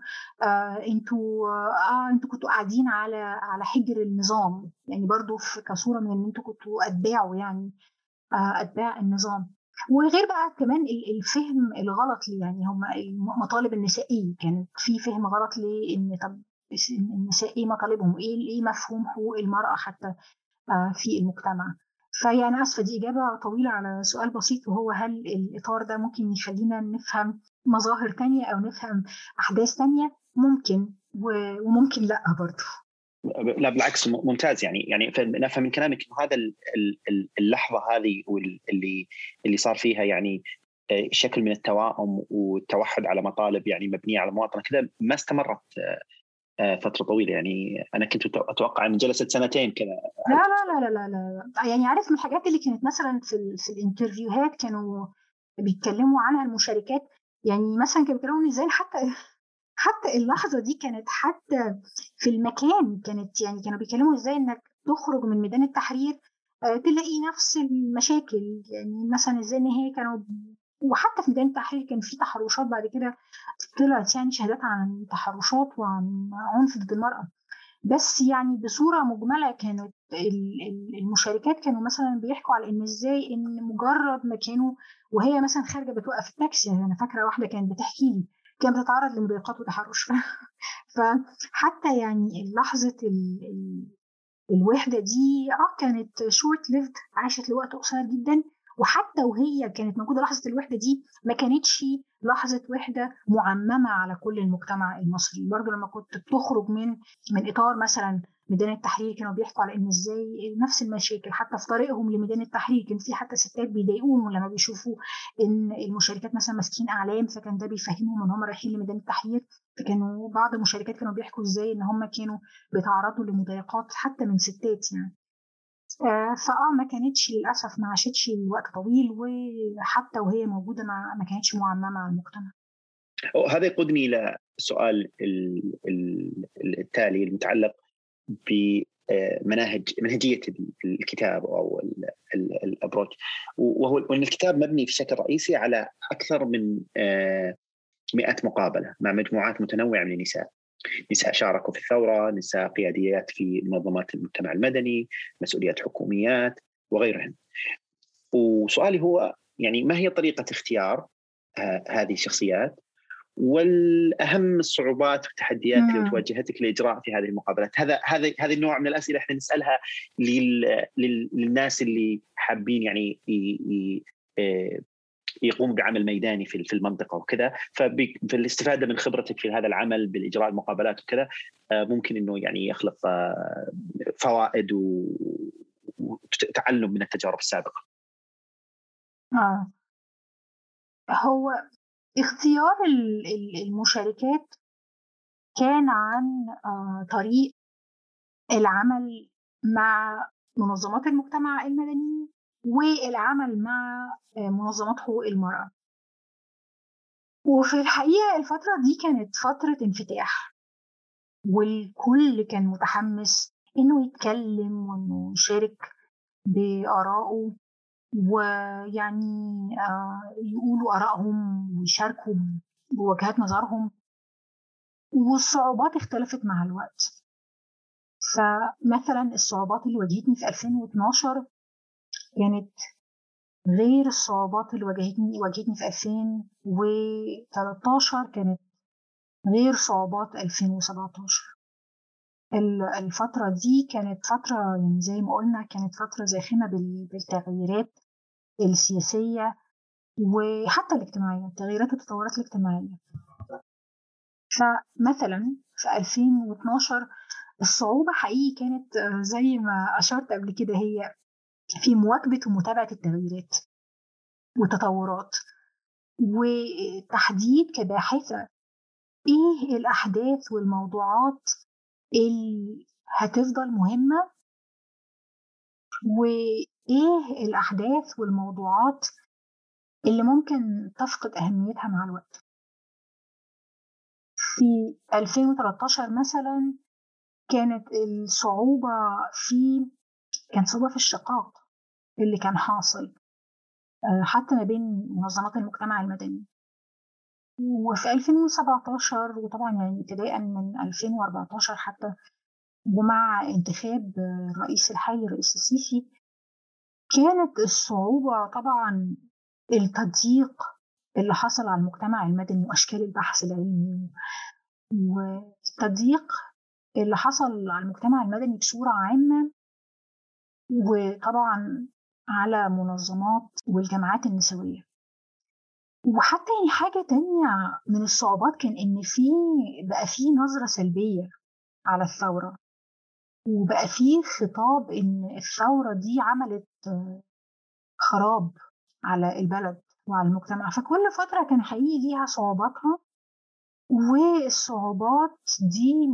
انتوا كنتوا قاعدين على حجر النظام، يعني برضو كصوره من ان انتوا كنتوا اتباعوا يعني اتباع النظام. وغير بقى كمان الفهم الغلط ليه، يعني هم المطالب النسائيه كانت في فهم غلط ليه ان طب النساء ايه مطالبهم، ايه مفهوم حقوق المراه حتى في المجتمع. فهي أنا آسفة دي إجابة طويلة على سؤال بسيط، وهو هل الإطار ده ممكن يخلينا نفهم مظاهر تانية أو نفهم أحداث تانية؟ ممكن وممكن لأ برضه. لا بالعكس ممتاز، يعني نفهم من كلامك انه هذا اللحظه هذه اللي صار فيها يعني شكل من التوائم والتوحد على مطالب يعني مبنيه على مواطنه كذا ما استمرت فتره طويله. يعني انا كنت اتوقع ان جلست سنتين كذا. لا لا لا لا لا لا، يعني عارف من الحاجات اللي كانت مثلا في الانترفيوهات كانوا بيتكلموا عنها المشاركات، يعني مثلا كانوا بيتكلموا ان ازاي حتى اللحظه دي كانت حتى في المكان كانت، يعني كانوا بيتكلموا ازاي انك تخرج من ميدان التحرير تلاقي نفس المشاكل، يعني مثلا ازاي ان هي كانوا، وحتى في ميدان التحرير كان في تحرشات بعد كده طلعت يعني شهادات عن تحرشات وعن عنف ضد المرأة. بس يعني بصورة مجملة كانت المشاركات كانوا مثلا بيحكوا على ان ازاي ان مجرد ما كانوا وهي مثلا خارجة بتوقف التاكسي، يعني انا فاكرة واحدة كانت بتحكي لي كانت بتتعرض لمضايقات وتحرش فحتى يعني لحظة الوحدة دي كانت شورت ليفد، عاشت لوقت قصير جدا. وحتى وهي كانت موجودة لحظة الوحدة دي ما كانتش لحظة وحدة معممة على كل المجتمع المصري. برضو لما كنت بتخرج من إطار مثلا ميدان التحرير كانوا بيحكوا على ان ازاي نفس المشاكل حتى في طريقهم لميدان التحرير كان في حتى ستات بيضايقوهم لما بيشوفوا ان المشاركات مثلا ماسكين اعلام، فكان ده بيفهمهم ان هم رايحين لميدان التحرير. فكانوا بعض المشاركات كانوا بيحكوا ازاي ان هم كانوا بيتعرضوا لمضايقات حتى من ستات يعني. ما كانتش للأسف ما عاشتش وقت طويل، وحتى وهي موجودة ما كانتش معممة على المجتمع. هذا يقودني إلى السؤال التالي المتعلق بمنهجية الكتاب أو الأبروتش، وهو أن الكتاب مبني بشكل رئيسي على أكثر من 100 مقابلة مع مجموعات متنوعة من النساء. نساء شاركوا في الثورة، نساء قياديات في منظمات المجتمع المدني، مسؤوليات حكوميات وغيرهن. وسؤالي هو يعني ما هي طريقة اختيار هذه الشخصيات، والأهم الصعوبات والتحديات اللي تواجهتك لإجراء في هذه المقابلات؟ هذا النوع من الأسئلة احنا نسألها للناس اللي حابين يعني يقوم بعمل ميداني في المنطقة وكذا. فالاستفادة من خبرتك في هذا العمل بالإجراء المقابلات وكذا ممكن إنه يعني يخلق فوائد وتعلم من التجارب السابقة. هو اختيار المشاركات كان عن طريق العمل مع منظمات المجتمع المدني والعمل مع منظمات حقوق المرأة. وفي الحقيقة الفترة دي كانت فترة انفتاح، والكل كان متحمس إنه يتكلم وإنه يشارك بآرائه، ويعني يقولوا آرائهم ويشاركوا بوجهات نظرهم. والصعوبات اختلفت مع الوقت. فمثلا الصعوبات اللي واجهتني في 2012 كانت غير الصعوبات اللي واجهتني في 2013، كانت غير صعوبات 2017. الفترة دي كانت فترة يعني زي ما قلنا كانت فترة زاخمة بالتغييرات السياسية وحتى الاجتماعية، التغييرات والتطورات الاجتماعية. فمثلا في 2012 الصعوبة حقيقي كانت زي ما أشرت قبل كده، هي في مواكبة ومتابعة التغييرات والتطورات، وتحديد كباحثة إيه الأحداث والموضوعات اللي هتفضل مهمة، وإيه الأحداث والموضوعات اللي ممكن تفقد أهميتها مع الوقت. في 2013 مثلا كانت الصعوبة كان صعوبة في الشقاق اللي كان حاصل حتى ما بين منظمات المجتمع المدني. وفي 2017 وطبعا يعني ابتداء من 2014 حتى، ومع انتخاب الرئيس الحالي الرئيس السيسي، كانت الصعوبة طبعا التضييق اللي حصل على المجتمع المدني وأشكال البحث العلمي، والتضييق اللي حصل على المجتمع المدني بصورة عامة، وطبعا على منظمات والجماعات النسوية. وحتى يعني حاجة تانية من الصعوبات كان إن بقى في نظرة سلبية على الثورة، وبقى في خطاب إن الثورة دي عملت خراب على البلد وعلى المجتمع. فكل فترة كان حقيقي ليها صعوباتها، والصعوبات دي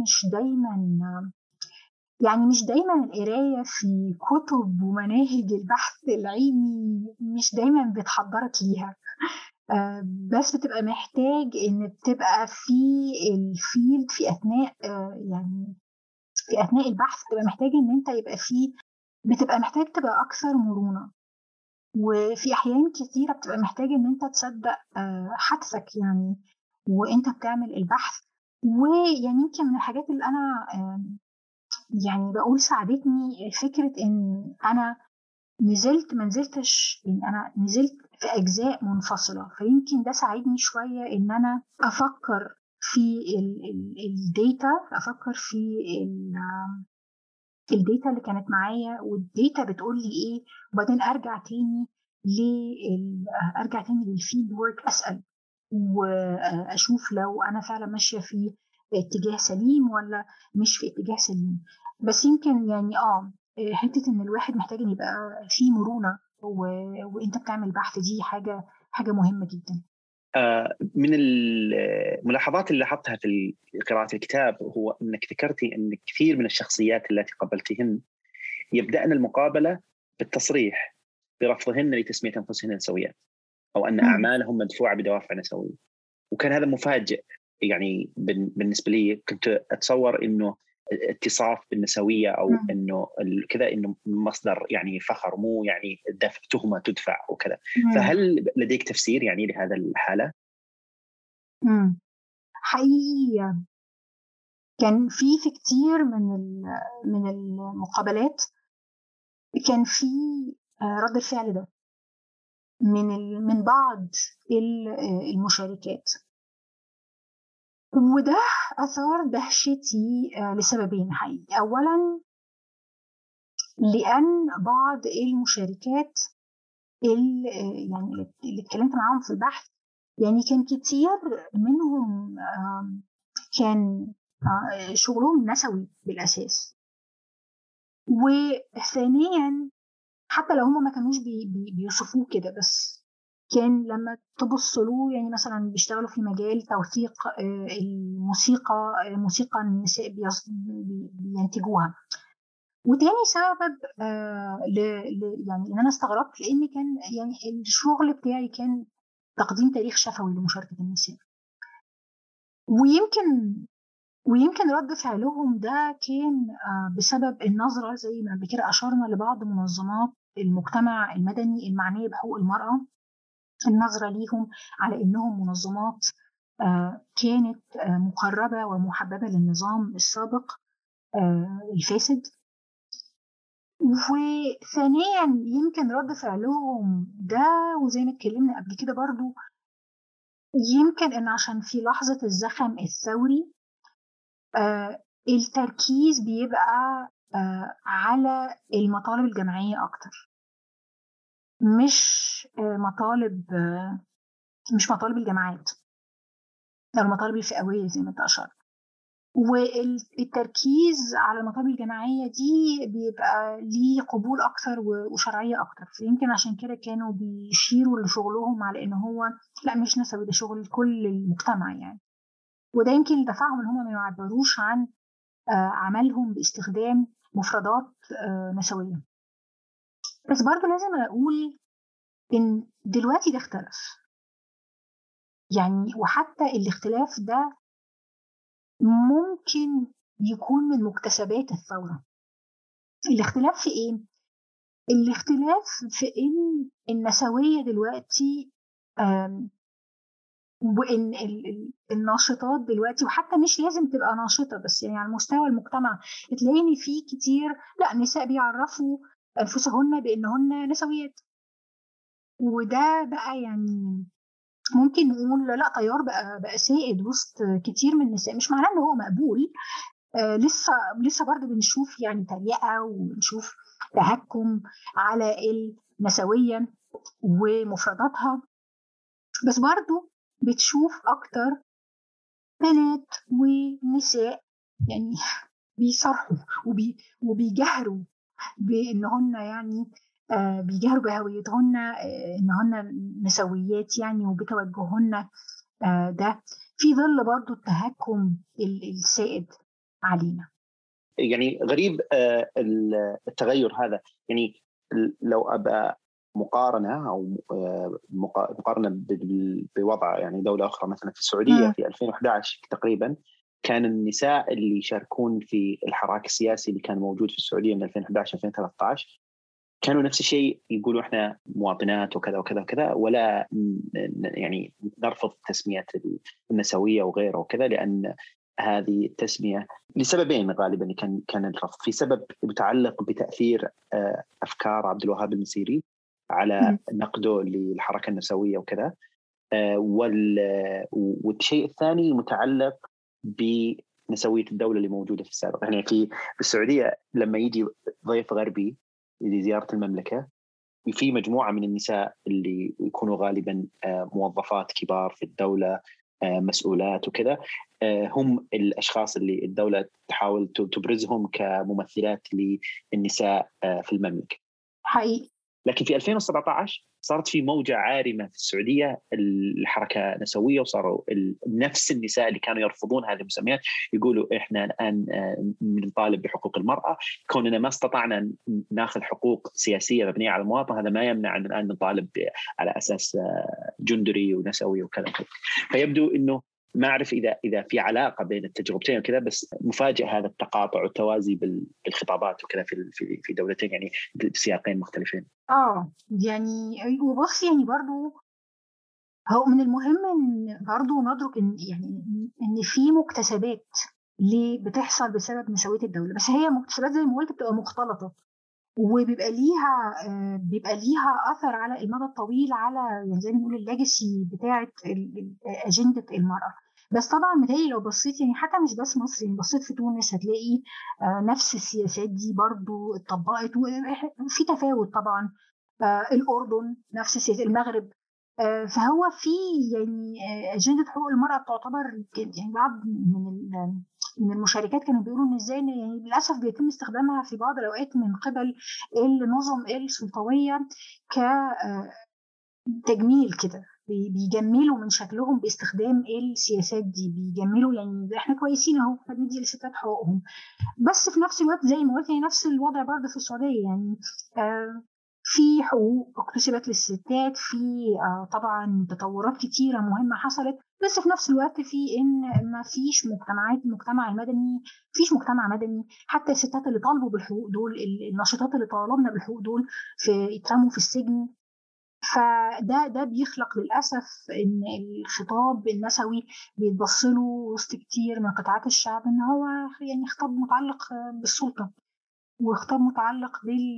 مش دايما القراية في كتب ومناهج البحث العلمي مش دايما بتحضرك ليها، بس بتبقى محتاج ان بتبقى في الفيلد في اثناء في اثناء البحث بتبقى محتاج ان انت بتبقى محتاج تبقى اكثر مرونة. وفي احيان كثيرة بتبقى محتاج ان انت تصدق حدسك يعني وانت بتعمل البحث. ويعني يمكن من الحاجات اللي انا يعني بقول ساعدتني فكرة ان انا ما نزلتش، يعني انا نزلت في اجزاء منفصلة، فيمكن ده ساعدني شوية ان انا افكر في الداتا، افكر في الداتا اللي كانت معايا والداتا بتقول لي ايه، وبعدين ارجع تاني للفيلد وورك، اسال واشوف لو انا فعلا ماشيه في اتجاه سليم ولا مش في اتجاه سليم. بس يمكن يعني حته ان الواحد محتاج ان يبقى فيه مرونه وانت بتعمل بحث، دي حاجه مهمه جدا. من الملاحظات اللي لاحظتها في قراءة الكتاب هو أنك ذكرتي أن كثير من الشخصيات التي قابلتهن يبدأن المقابلة بالتصريح برفضهن لتسمية أنفسهن نسويات، أو أن أعمالهم مدفوعة بدوافع نسوية. وكان هذا مفاجئ يعني بالنسبة لي. كنت أتصور أنه اتصاف بالنسوية أو أنه كذا أنه مصدر يعني فخر، مو يعني تهمة تدفع وكذا. فهل لديك تفسير يعني لهذا الحالة؟ حقيقي كان في كتير من المقابلات كان في رد الفعل ده من بعض المشاركات، وده أثار دهشتي لسببين حقيقي. أولا لأن بعض المشاركات اللي اتكلمت معاهم في البحث، يعني كان كتير منهم كان شغلهم نسوي بالأساس. وثانيا حتى لو هم ما كانوش بيوصفوه كده، بس كان لما تبص له يعني مثلا بيشتغلوا في مجال توثيق موسيقى النساء بينتجوها. وتاني سبب يعني ان انا استغربت، لان كان يعني الشغل بتاعي كان تقديم تاريخ شفوي لمشاركة النساء، ويمكن رد فعلهم ده كان بسبب النظرة زي ما قبل كده أشرنا لبعض منظمات المجتمع المدني المعنية بحقوق المرأة، النظرة ليهم على إنهم منظمات كانت مقربة ومحببة للنظام السابق الفاسد. وثانيا يمكن رد فعلهم ده، وزي ما اتكلمنا قبل كده برضو، يمكن إن عشان في لحظة الزخم الثوري التركيز بيبقى على المطالب الجماعية أكتر، مش مطالب الجامعات أو المطالب الفئوية زي ما أنت أشرت. والتركيز على المطالب الجماعية دي بيبقى ليه قبول أكتر وشرعية أكتر. فيمكن عشان كده كانوا بيشيروا لشغلهم على إن هو لا مش نسوي، ده شغل كل المجتمع يعني. وده يمكن اللي دفعهم إن هم ما يعبروش عن عملهم باستخدام مفردات نسوية. بس برضو لازم أقول إن دلوقتي ده اختلف يعني، وحتى الاختلاف ده ممكن يكون من مكتسبات الثورة. الاختلاف في إيه؟ الاختلاف في إن النسوية دلوقتي وإن الناشطات دلوقتي، وحتى مش لازم تبقى ناشطة بس يعني على مستوى المجتمع، تلاقيني في كتير لا نساء بيعرفوا أنفسهن بأنهن نسويات. وده بقى يعني ممكن نقول لا تيار بقى سائد وسط كتير من النساء. مش معناه إن هو مقبول، لسه برضه بنشوف يعني تريقة وبنشوف تهكم على النسوية ومفرداتها، بس برضه بتشوف أكتر بنات ونساء يعني بيصرحوا وبيجهروا بأنهن يعني بيجهروا بهويتهن إنهن نسويات يعني، وبتوجههن ده في ظل برضه التهكم السائد علينا. يعني غريب التغير هذا. يعني لو أبقى مقارنة أو مقارنة بوضع يعني دولة أخرى، مثلا في السعودية في 2011 تقريبا كان النساء اللي يشاركون في الحراك السياسي اللي كان موجود في السعودية من 2011-2013 كانوا نفس الشيء، يقولوا إحنا مواطنات وكذا وكذا وكذا، ولا يعني نرفض تسمية النسوية وغيره وكذا، لأن هذه التسمية لسببين غالبا كان الرفض. في سبب متعلق بتأثير أفكار عبد الوهاب المسيري على نقده للحركة النسوية وكذا، والشيء الثاني متعلق بنسوية الدولة اللي موجودة في السابق. يعني في السعودية لما يجي ضيف غربي لزيارة المملكة، في مجموعة من النساء اللي يكونوا غالبا موظفات كبار في الدولة، مسؤولات وكذا، هم الأشخاص اللي الدولة تحاول تبرزهم كممثلات للنساء في المملكة حقيقي. لكن في 2017 صارت في موجة عارمة في السعودية الحركة نسوية، وصاروا نفس النساء اللي كانوا يرفضون هذه المسميات يقولوا إحنا الآن نطالب بحقوق المرأة، كوننا ما استطعنا ناخذ حقوق سياسية مبنية على المواطنة هذا ما يمنع أن الآن نطالب على أساس جندري ونسوي وكذا. فيبدو أنه ما أعرف إذا في علاقة بين التجربتين وكذا، بس مفاجئ هذا التقاطع والتوازي بالخطابات وكذا في دولتين يعني بسياقين مختلفين. يعني وبص يعني برضو هو من المهم ان برضو ندرك ان يعني ان في مكتسبات اللي بتحصل بسبب نسوية الدولة، بس هي مكتسبات زي ما قلت بتبقى مختلطة، وبيبقى ليها اثر على المدى الطويل على يعني زي ما نقول الليجاسي بتاعه اجنده المراه. بس طبعا متهيألي لو بصيت يعني حتى مش بس مصر، يعني بصيت في تونس هتلاقي نفس السياسات دي برضو اتطبقت وفي تفاوت طبعا. الأردن نفس السياسة، المغرب. فهو في يعني أجندة حقوق المرأة تعتبر يعني بعض من المشاركات كانوا بيقولوا ان ازاي يعني للاسف بيتم استخدامها في بعض الاوقات من قبل النظم السلطويه كتجميل كده، بيجملوا من شكلهم باستخدام السياسات دي، بيجملوا يعني احنا كويسين اهو بندي للستات حقوقهم. بس في نفس الوقت زي ما قلت يعني نفس الوضع برضه في السعوديه يعني في حقوق اكتسبت للستات، في طبعا تطورات كتيرة مهمة حصلت، بس في نفس الوقت في ان ما فيش المجتمع المدني، فيش مجتمع مدني. حتى الستات اللي طالبوا بالحقوق دول، الناشطات اللي طالبنا بالحقوق دول يترموا في السجن. فده بيخلق للأسف ان الخطاب النسوي بيتبص له وسط كتير من قطاعات الشعب ان هو يعني خطاب متعلق بالسلطة، وخطاب متعلق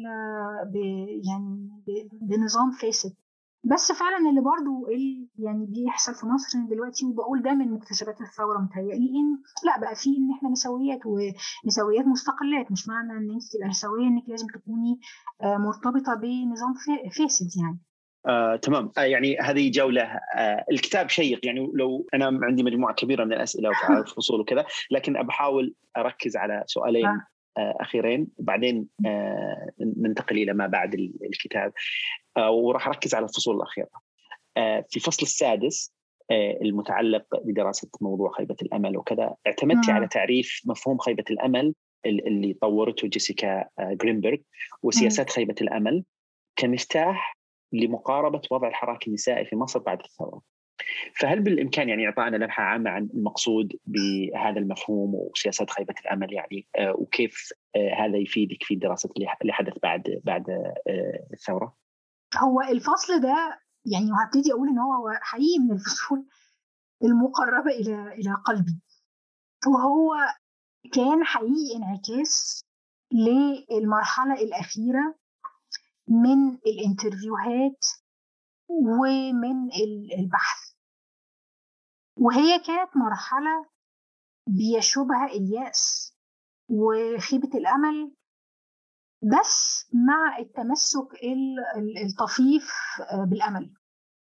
يعني بنظام فاسد. بس فعلا اللي برضو يعني بيحصل في مصر دلوقتي، وبقول ده من مكتسبات الثوره متهيألي، ان لا بقى في ان احنا نسويات ونسويات مستقلات. مش معنى ان انت تبقى نسويه انك لازم تكوني مرتبطه بنظام فاسد يعني. تمام. يعني هذه جولة. الكتاب شيق، يعني لو أنا عندي مجموعة كبيرة من الأسئلة وعلى الفصول وكذا، لكن بحاول أركز على سؤالين أخيرين، وبعدين ننتقل إلى ما بعد الكتاب، وراح أركز على الفصول الأخيرة. في الفصل السادس المتعلق بدراسة موضوع خيبة الأمل وكذا، اعتمدت على تعريف مفهوم خيبة الأمل اللي طورته جيسيكا جرينبرغ وسياسات خيبة الأمل كمفتاح لمقاربة وضع الحراك النسائي في مصر بعد الثورة. فهل بالإمكان يعني إعطانا لمحة عامة عن المقصود بهذا المفهوم وسياسات خيبة الأمل، يعني وكيف هذا يفيدك في دراسة اللي حدث بعد الثورة؟ هو الفصل ده يعني وهبتدي أقول إن هو حقيقي من الفصول المقربة إلى قلبي، وهو كان حقيقي انعكاس للمرحلة الأخيرة من الانترفيوهات ومن البحث، وهي كانت مرحلة بيشوبها اليأس وخيبة الأمل، بس مع التمسك الطفيف بالأمل،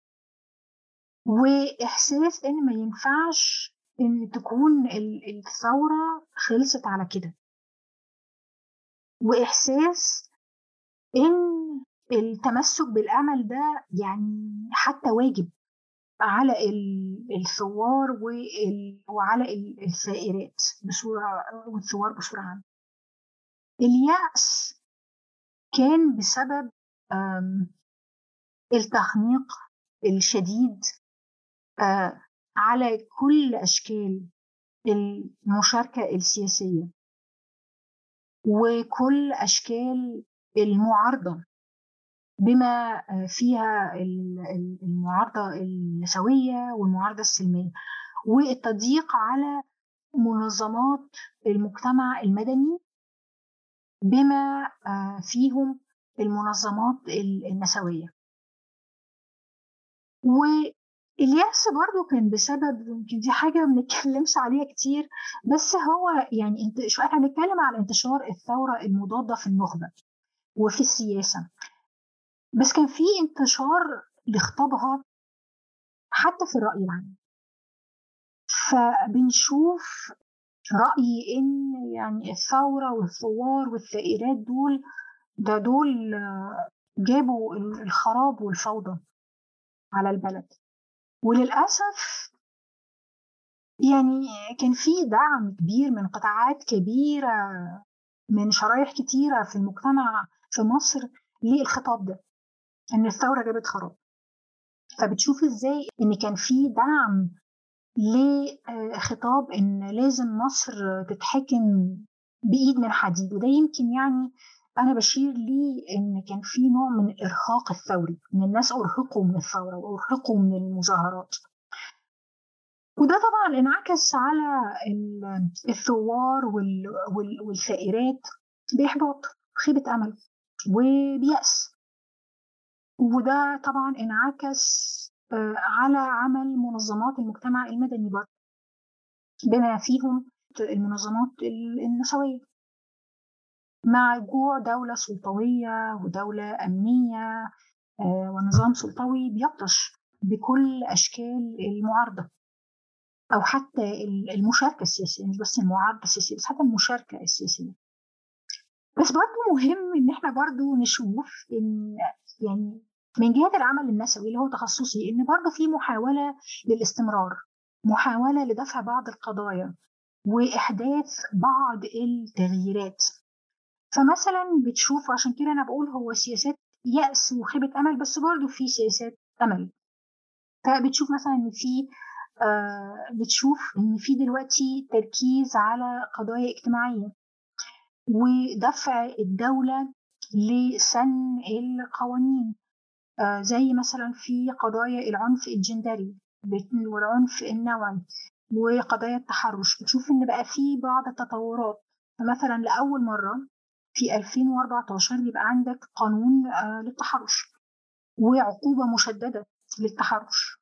وإحساس إن ما ينفعش إن تكون الثورة خلصت على كده، وإحساس إن التمسك بالأمل ده يعني حتى واجب على الثوار وعلى الثائرات والثوار بصورة عامة. اليأس كان بسبب التخنيق الشديد على كل أشكال المشاركة السياسية وكل أشكال المعارضة، بما فيها المعارضة النسوية والمعارضة السلمية، والتضييق على منظمات المجتمع المدني بما فيهم المنظمات النسوية. واليأس برضو كان بسبب، يمكن دي حاجة ما بنتكلمش عليها كتير، بس هو يعني احنا بنتكلم على انتشار الثورة المضادة في النخبة وفي السياسة، بس كان في انتشار لخطابها حتى في الرأي العام. فبنشوف رأيي إن يعني الثورة والثوار والثائرات دول جابوا الخراب والفوضى على البلد. وللأسف يعني كان في دعم كبير من قطاعات كبيرة من شرائح كتيرة في المجتمع في مصر للخطاب ده، إن الثورة جابت خراب. فبتشوف إزاي إن كان في دعم لخطاب إن لازم مصر تتحكم بإيد من حديد. وده يمكن يعني أنا بشير لي إن كان في نوع من الإرهاق الثوري، إن الناس أرهقوا من الثورة وأرهقوا من المظاهرات، وده طبعا انعكس على الثوار والثائرات بإحباط، خيبة أمل وبيأس. وده طبعا انعكس على عمل منظمات المجتمع المدني برضه بما فيهم المنظمات النسوية، مع رجوع دولة سلطوية ودولة أمنية ونظام سلطوي بيبطش بكل أشكال المعارضة أو حتى المشاركة السياسية، مش بس المعارضة السياسية بس حتى المشاركة السياسية. بس برضه مهم إن إحنا برضه نشوف إن يعني من جهة العمل النسوي اللي هو تخصصي إن برضه في محاولة للاستمرار، محاولة لدفع بعض القضايا وإحداث بعض التغييرات. فمثلا بتشوف، عشان كده أنا بقول هو سياسات يأس وخيبة أمل، بس برضه في سياسات أمل. فبتشوف مثلا إن في بتشوف إن في دلوقتي تركيز على قضايا اجتماعية ودفع الدولة لسن القوانين، زي مثلا في قضايا العنف الجندري والعنف النوعي وقضايا التحرش. بتشوف إن بقى في بعض التطورات، مثلا لأول مرة في 2014 بيبقى عندك قانون للتحرش وعقوبة مشددة للتحرش،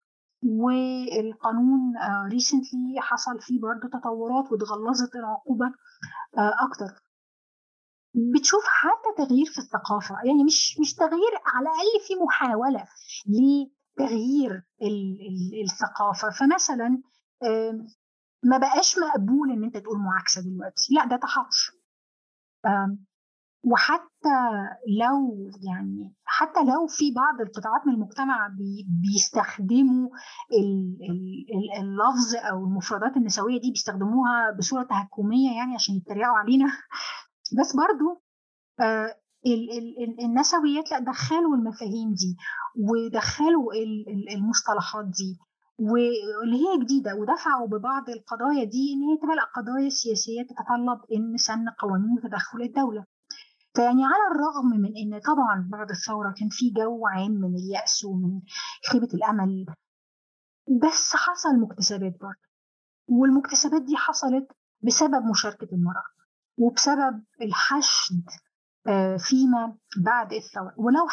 والقانون ريسنتلي حصل فيه برضو تطورات وتغلظت العقوبة أكتر. بتشوف حتى تغيير في الثقافة، يعني مش تغيير، على الأقل في محاولة لتغيير الثقافة. فمثلا ما بقاش مقبول ان انت تقول معاكسة دلوقتي، لا ده تحرش. وحتى حتى لو في بعض القطاعات من المجتمع بيستخدموا اللفظ او المفردات النسوية دي، بيستخدموها بصورة تهكمية يعني عشان يتريقوا علينا. بس برضو النسويات لا دخلوا المفاهيم دي ودخلوا المصطلحات دي واللي هي جديدة، ودفعوا ببعض القضايا دي ان هي تبقى قضايا سياسية تتطلب ان سن قوانين وتدخل الدولة. فيعني على الرغم من ان طبعا بعد الثورة كان في جو عام من اليأس ومن خيبة الامل، بس حصل مكتسبات برضه، والمكتسبات دي حصلت بسبب مشاركة المرأة وبسبب الحشد فيما بعد الثورة. ولو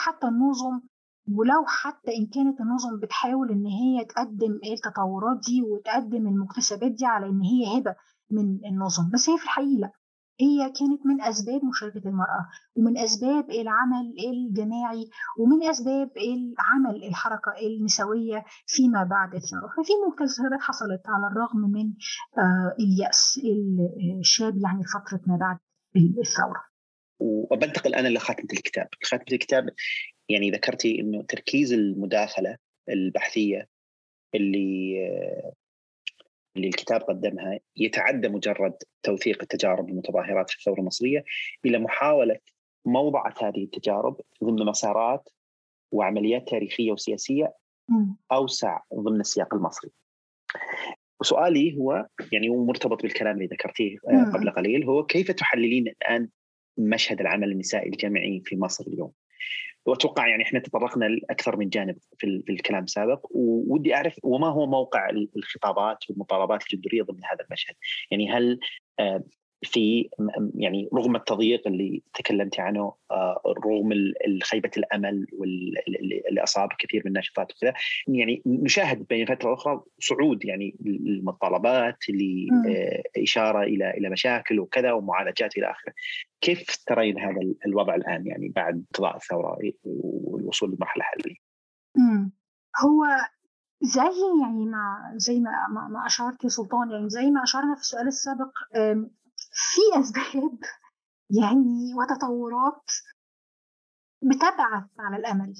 حتى إن كانت النظم بتحاول إن هي تقدم التطورات دي وتقدم المكتسبات دي على إن هي هبة من النظم، بس هي في الحقيقة لا، هي كانت من أسباب مشاركة المرأة ومن أسباب العمل الجماعي ومن أسباب العمل الحركة النسوية فيما بعد الثورة. ففي مكتسبات حصلت على الرغم من اليأس الشاب يعني فترة ما بعد الثورة. وبنتقل أنا لخاتمة الكتاب. خاتمة الكتاب يعني ذكرتي إنه تركيز المداخلة البحثية اللي الكتاب قدمها يتعدى مجرد توثيق التجارب المتظاهرات في الثورة المصرية إلى محاولة موضعة هذه التجارب ضمن مسارات وعمليات تاريخية وسياسية أوسع ضمن السياق المصري. وسؤالي هو يعني مرتبط بالكلام اللي ذكرتيه قبل قليل، هو كيف تحللين الآن مشهد العمل النسائي الجامعي في مصر اليوم؟ وأتوقع يعني إحنا تطرقنا لأكثر من جانب في الكلام السابق، وودي أعرف وما هو موقع الخطابات والمطالبات الجذرية ضمن هذا المشهد. يعني هل في يعني رغم التضييق اللي تكلمت عنه، رغم خيبة الأمل اللي أصاب كثير من الناشطات وكذا، يعني نشاهد بين فترة أخرى صعود يعني المطالبات لإشارة إلى مشاكل وكذا ومعالجات إلى آخره. كيف ترين هذا الوضع الآن يعني بعد قضاء الثورة والوصول لمرحلة حالية؟ هو زي ما أشرت يا سلطان، يعني زي ما أشرنا في السؤال السابق، في أسباب يعني وتطورات بتبعث على الأمل،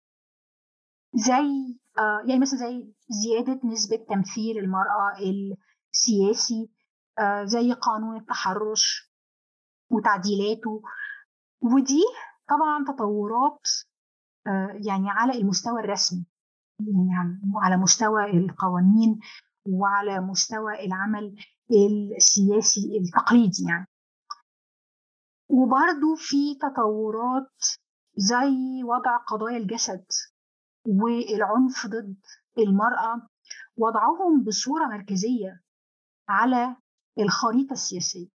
زي يعني مثلا زي زيادة نسبة تمثيل المرأة السياسي، زي قانون التحرش وتعديلاته. ودي طبعا تطورات يعني على المستوى الرسمي، يعني على مستوى القوانين وعلى مستوى العمل السياسي التقليدي يعني. وبرضو في تطورات زي وضع قضايا الجسد والعنف ضد المرأة، وضعهم بصورة مركزية على الخريطة السياسية.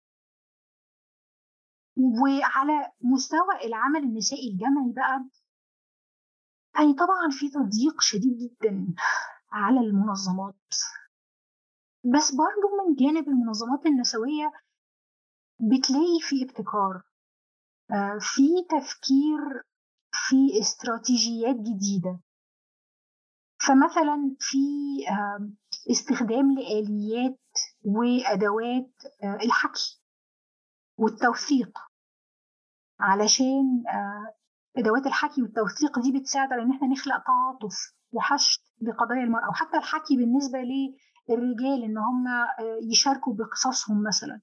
وعلى مستوى العمل النسائي الجمعي بقى، يعني طبعا في تضييق شديد جدا على المنظمات، بس برضو من جانب المنظمات النسوية بتلاقي في ابتكار، في تفكير في استراتيجيات جديدة. فمثلا في استخدام لآليات وأدوات الحكي والتوثيق، علشان أدوات الحكي والتوثيق دي بتساعد على إن احنا نخلق تعاطف وحشد لقضايا المرأة، وحتى الحكي بالنسبة للرجال إن هم يشاركوا بقصصهم مثلا.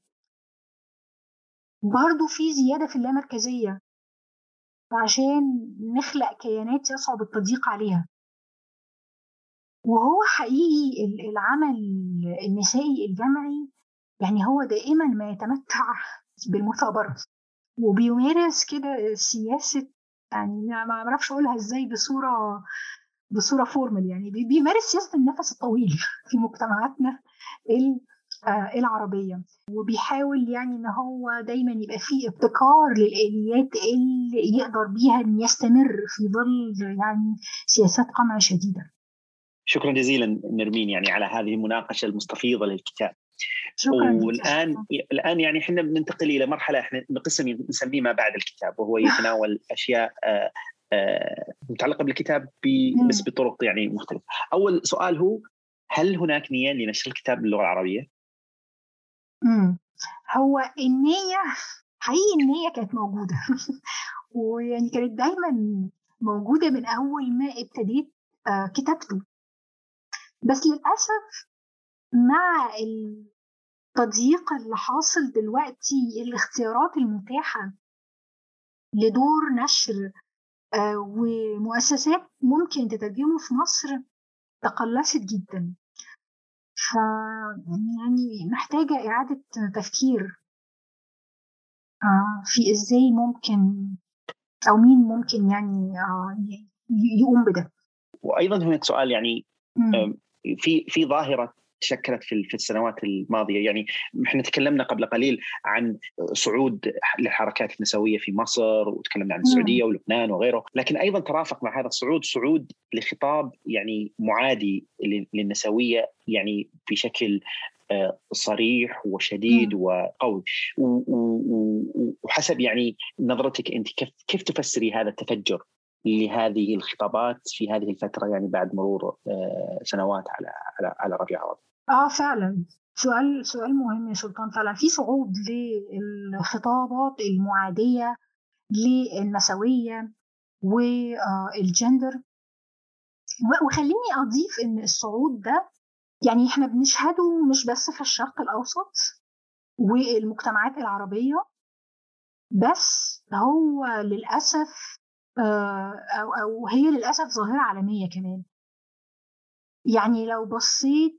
برضو في زيادة في اللامركزية عشان نخلق كيانات يصعب التضييق عليها. وهو حقيقي العمل النسائي الجمعي يعني هو دائما ما يتمتع بالمثابرة، وبيمارس كده سياسة، يعني ما اعرفش اقولها ازاي بصورة فورمال، يعني بيمارس سياسة النفس الطويل في مجتمعاتنا العربية، وبيحاول يعني ان هو دايما يبقى فيه ابتكار للآليات اللي يقدر بيها ان يستمر في ظل يعني سياسات قمع شديدة. شكرا جزيلا نرمين يعني على هذه المناقشة المستفيضة للكتاب. شكرا لك. والآن يعني احنا بننتقل إلى مرحلة احنا قسم نسميه ما بعد الكتاب، وهو يتناول أشياء متعلقة بالكتاب بس بطرق يعني مختلفة. أول سؤال هو: هل هناك نية لنشر الكتاب باللغة العربية؟ هو النية حقيقي النية كانت موجودة ويعني كانت دايما موجودة من أول ما ابتديت كتابته، بس للأسف مع التضييق اللي حاصل دلوقتي الاختيارات المتاحة لدور نشر ومؤسسات ممكن تترجمه في مصر تقلصت جدا، يعني محتاجة إعادة تفكير في إزاي ممكن أو مين ممكن يعني يقوم بده. وأيضا هناك سؤال يعني في ظاهرة تشكلت في السنوات الماضية. يعني احنا تكلمنا قبل قليل عن صعود للحركات النسوية في مصر، وتكلمنا عن السعودية ولبنان وغيره، لكن أيضا ترافق مع هذا الصعود صعود لخطاب يعني معادي للنسوية، يعني بشكل صريح وشديد وقوي. وحسب يعني نظرتك أنت كيف تفسري هذا التفجر لهذه الخطابات في هذه الفترة، يعني بعد مرور سنوات على ربيع عربي؟ فعلا سؤال مهم يا سلطان. فعلا في صعود للخطابات المعادية للنسوية والجندر، وخليني أضيف إن الصعود ده يعني إحنا بنشهده مش بس في الشرق الأوسط والمجتمعات العربية بس، هو للأسف أو هي للأسف ظاهرة عالمية كمان. يعني لو بصيت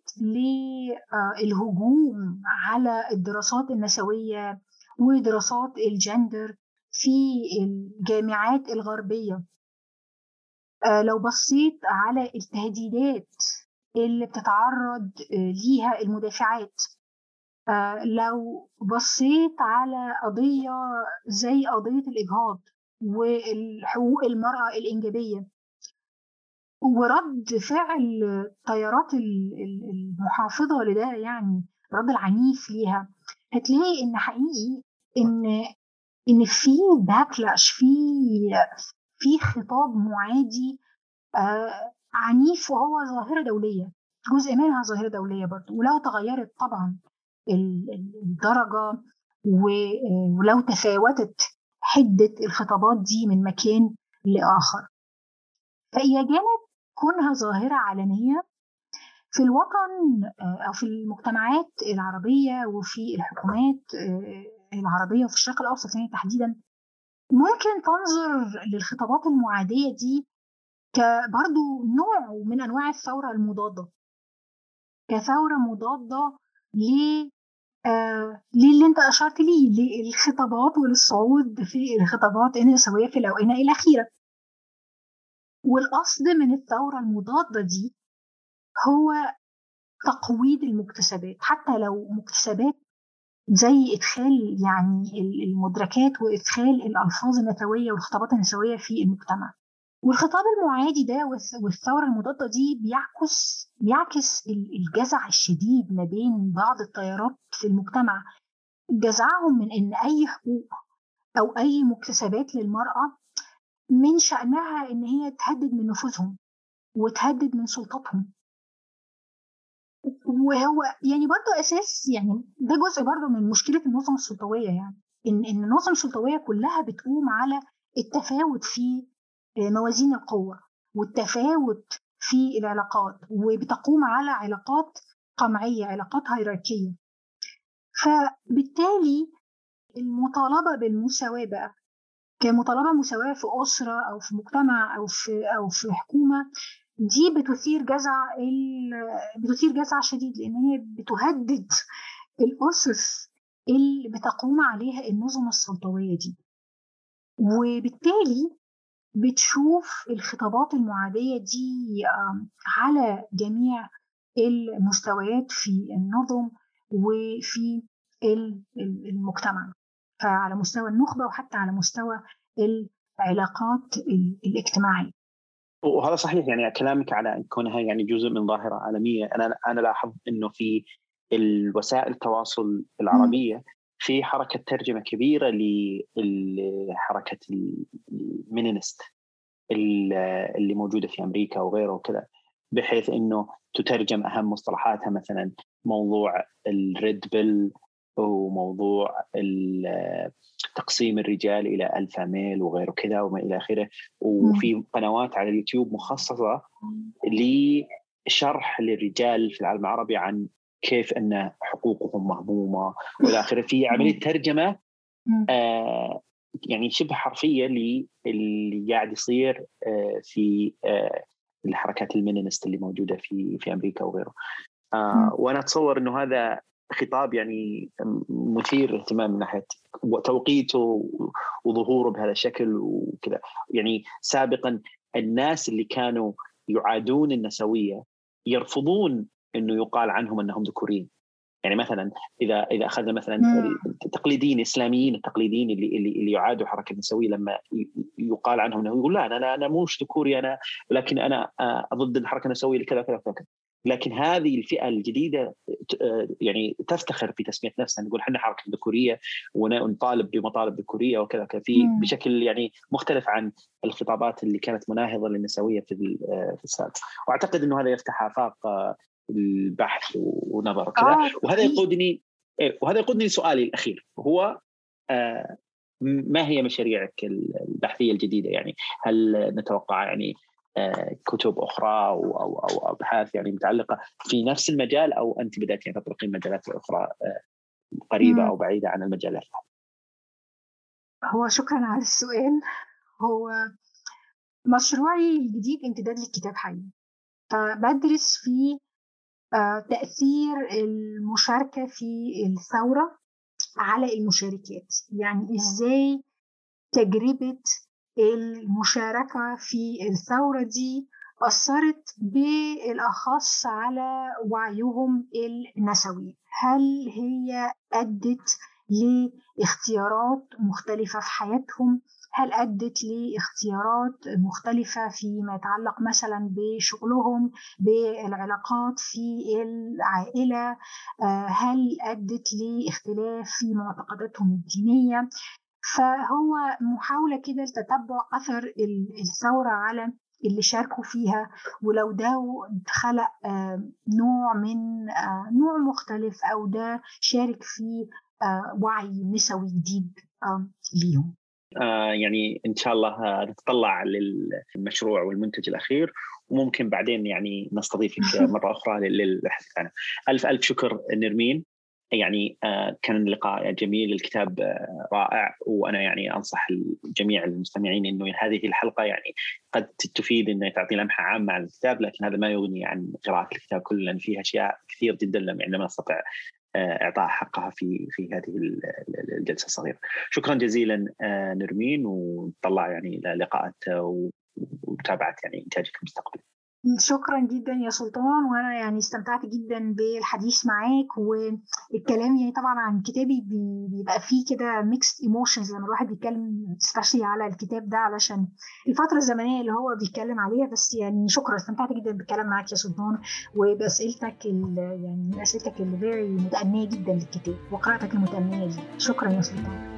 للهجوم على الدراسات النسوية ودراسات الجندر في الجامعات الغربية، لو بصيت على التهديدات اللي بتتعرض ليها المدافعات، لو بصيت على قضية زي قضية الإجهاض والحقوق المرأة الإنجابية ورد فعل تيارات المحافظة لده، يعني الرد العنيف ليها، هتلاقي إن حقيقي إن في باكلاش، في خطاب معادي عنيف، وهو ظاهرة دولية، جزء منها ظاهرة دولية برضه، ولو تغيرت طبعا الدرجة ولو تفاوتت حدة الخطابات دي من مكان لآخر، فإلى جانب كونها ظاهرة عالمية في الوطن أو في المجتمعات العربية وفي الحكومات العربية وفي الشرق الأوسط يعني تحديدا، ممكن تنظر للخطابات المعادية دي كبرضو نوع من أنواع الثورة المضادة، كثورة مضادة للي انت أشرت ليه، للخطابات وللصعود في الخطابات النسوية في الآونة الأخيرة. والقصد من الثورة المضادة دي هو تقويض المكتسبات، حتى لو مكتسبات زي إدخال يعني المدركات وإدخال الألفاظ النسوية والخطابات النسوية في المجتمع. والخطاب المعادي ده والثورة المضادة دي بيعكس الجزع الشديد ما بين بعض التيارات في المجتمع، جزعهم من إن أي حقوق أو أي مكتسبات للمرأة من شأنها إن هي تهدد من نفوذهم وتهدد من سلطتهم. وهو يعني برضو أساس، يعني ده جزء برضو من مشكلة النظم السلطوية، يعني إن النظم السلطوية كلها بتقوم على التفاوت في موازين القوة والتفاوت في العلاقات، وبتقوم على علاقات قمعية، علاقات هيراركية. فبالتالي المطالبة بالمساواة بقى كمطالبة مساواة في أسرة أو في مجتمع أو في حكومة، دي بتثير جزع شديد، لأن هي بتهدد الأسس اللي بتقوم عليها النظم السلطوية دي، وبالتالي بتشوف الخطابات المعادية دي على جميع المستويات في النظم وفي المجتمع، فعلى مستوى النخبة وحتى على مستوى العلاقات الاجتماعية. وهذا صحيح، يعني كلامك على كونها يعني جزء من ظاهرة عالمية. أنا لاحظ إنه في الوسائل التواصل العربية في حركة ترجمة كبيرة لحركة المينينست اللي موجودة في أمريكا وغيره وكذا، بحيث إنه تترجم أهم مصطلحاتها، مثلا موضوع الريد بيل وموضوع تقسيم الرجال إلى ألفا ميل وغيره كذا وما إلى آخره. وفي قنوات على اليوتيوب مخصصة لشرح للرجال في العالم العربي عن كيف أن حقوقهم مهضومة وإلى آخره، في عملية ترجمة يعني شبه حرفية اللي قاعد يصير في الحركات الفيمينست اللي موجودة في أمريكا وغيره. وأنا أتصور أنه هذا خطاب يعني مثير اهتمام من ناحية توقيته وظهوره بهذا الشكل وكذا. يعني سابقا الناس اللي كانوا يعادون النسوية يرفضون أنه يقال عنهم أنهم ذكورين. يعني مثلا إذا أخذنا مثلا التقليديين الإسلاميين التقليديين اللي يعادوا حركة النسوية، لما يقال عنهم أنه يقول لا أنا مش ذكوري، أنا لكن أنا ضد الحركة النسوية لكذا كذا كذا. لكن هذه الفئة الجديدة يعني تفتخر في تسمية نفسها، نقول احنا حركة ذكورية ونطالب بمطالب ذكورية وكذا في بشكل يعني مختلف عن الخطابات اللي كانت مناهضة للنسوية في السابق. وأعتقد أنه هذا يفتح آفاق البحث ونظر كذا. وهذا يقودني لسؤالي الأخير، هو ما هي مشاريعك البحثية الجديدة؟ يعني هل نتوقع يعني كتب أخرى أو أبحاث يعني متعلقة في نفس المجال، أو أنت بدأت يعني تطرقين مجالات أخرى قريبة أو بعيدة عن المجالات؟ هو شكرا على السؤال. هو مشروعي الجديد امتداد للكتاب حي، فبدرس فيه تأثير المشاركة في الثورة على المشاركات. يعني إزاي تجربة المشاركة في الثورة دي أثرت بالأخص على وعيهم النسوي. هل هي أدت لاختيارات مختلفة في حياتهم؟ هل أدت لاختيارات مختلفة فيما يتعلق مثلا بشغلهم، بالعلاقات في العائلة؟ هل أدت لاختلاف في معتقداتهم الدينية؟ فهو محاولة كده لتتبع أثر الثورة على اللي شاركوا فيها، ولو ده خلق نوع مختلف، أو ده شارك في وعي نسوي جديد ليهم. يعني إن شاء الله نتطلع للمشروع والمنتج الأخير، وممكن بعدين يعني نستضيفك مرة أخرى للبحث عنه. ألف شكر نرمين. يعني كان اللقاء جميل، الكتاب رائع، وأنا يعني أنصح جميع المستمعين إنه هذه الحلقة يعني قد تفيد إنه تعطي لمحة عامة عن الكتاب، لكن هذا ما يغني عن قراءة الكتاب كله، لأن فيه أشياء كثير جدا لم نستطع إعطاء حقها في هذه الجلسة الصغيرة. شكرا جزيلا نرمين، ونطلع يعني إلى لقاءات ومتابعة يعني إنتاجك المستقبلي. شكرا جدا يا سلطان، وانا يعني استمتعت جدا بالحديث معاك والكلام. يعني طبعا عن كتابي بيبقى فيه كده ميكس ايموشنز لما الواحد بيتكلم سبيشلي على الكتاب ده، علشان الفتره الزمنيه اللي هو بيتكلم عليها. بس يعني شكرا، استمتعت جدا بالكلام معاك يا سلطان، وباسئلتك يعني اسئلتك اللي فيري متأنية جدا للكتاب، وقراءتك المتأنية دي. شكرا يا سلطان.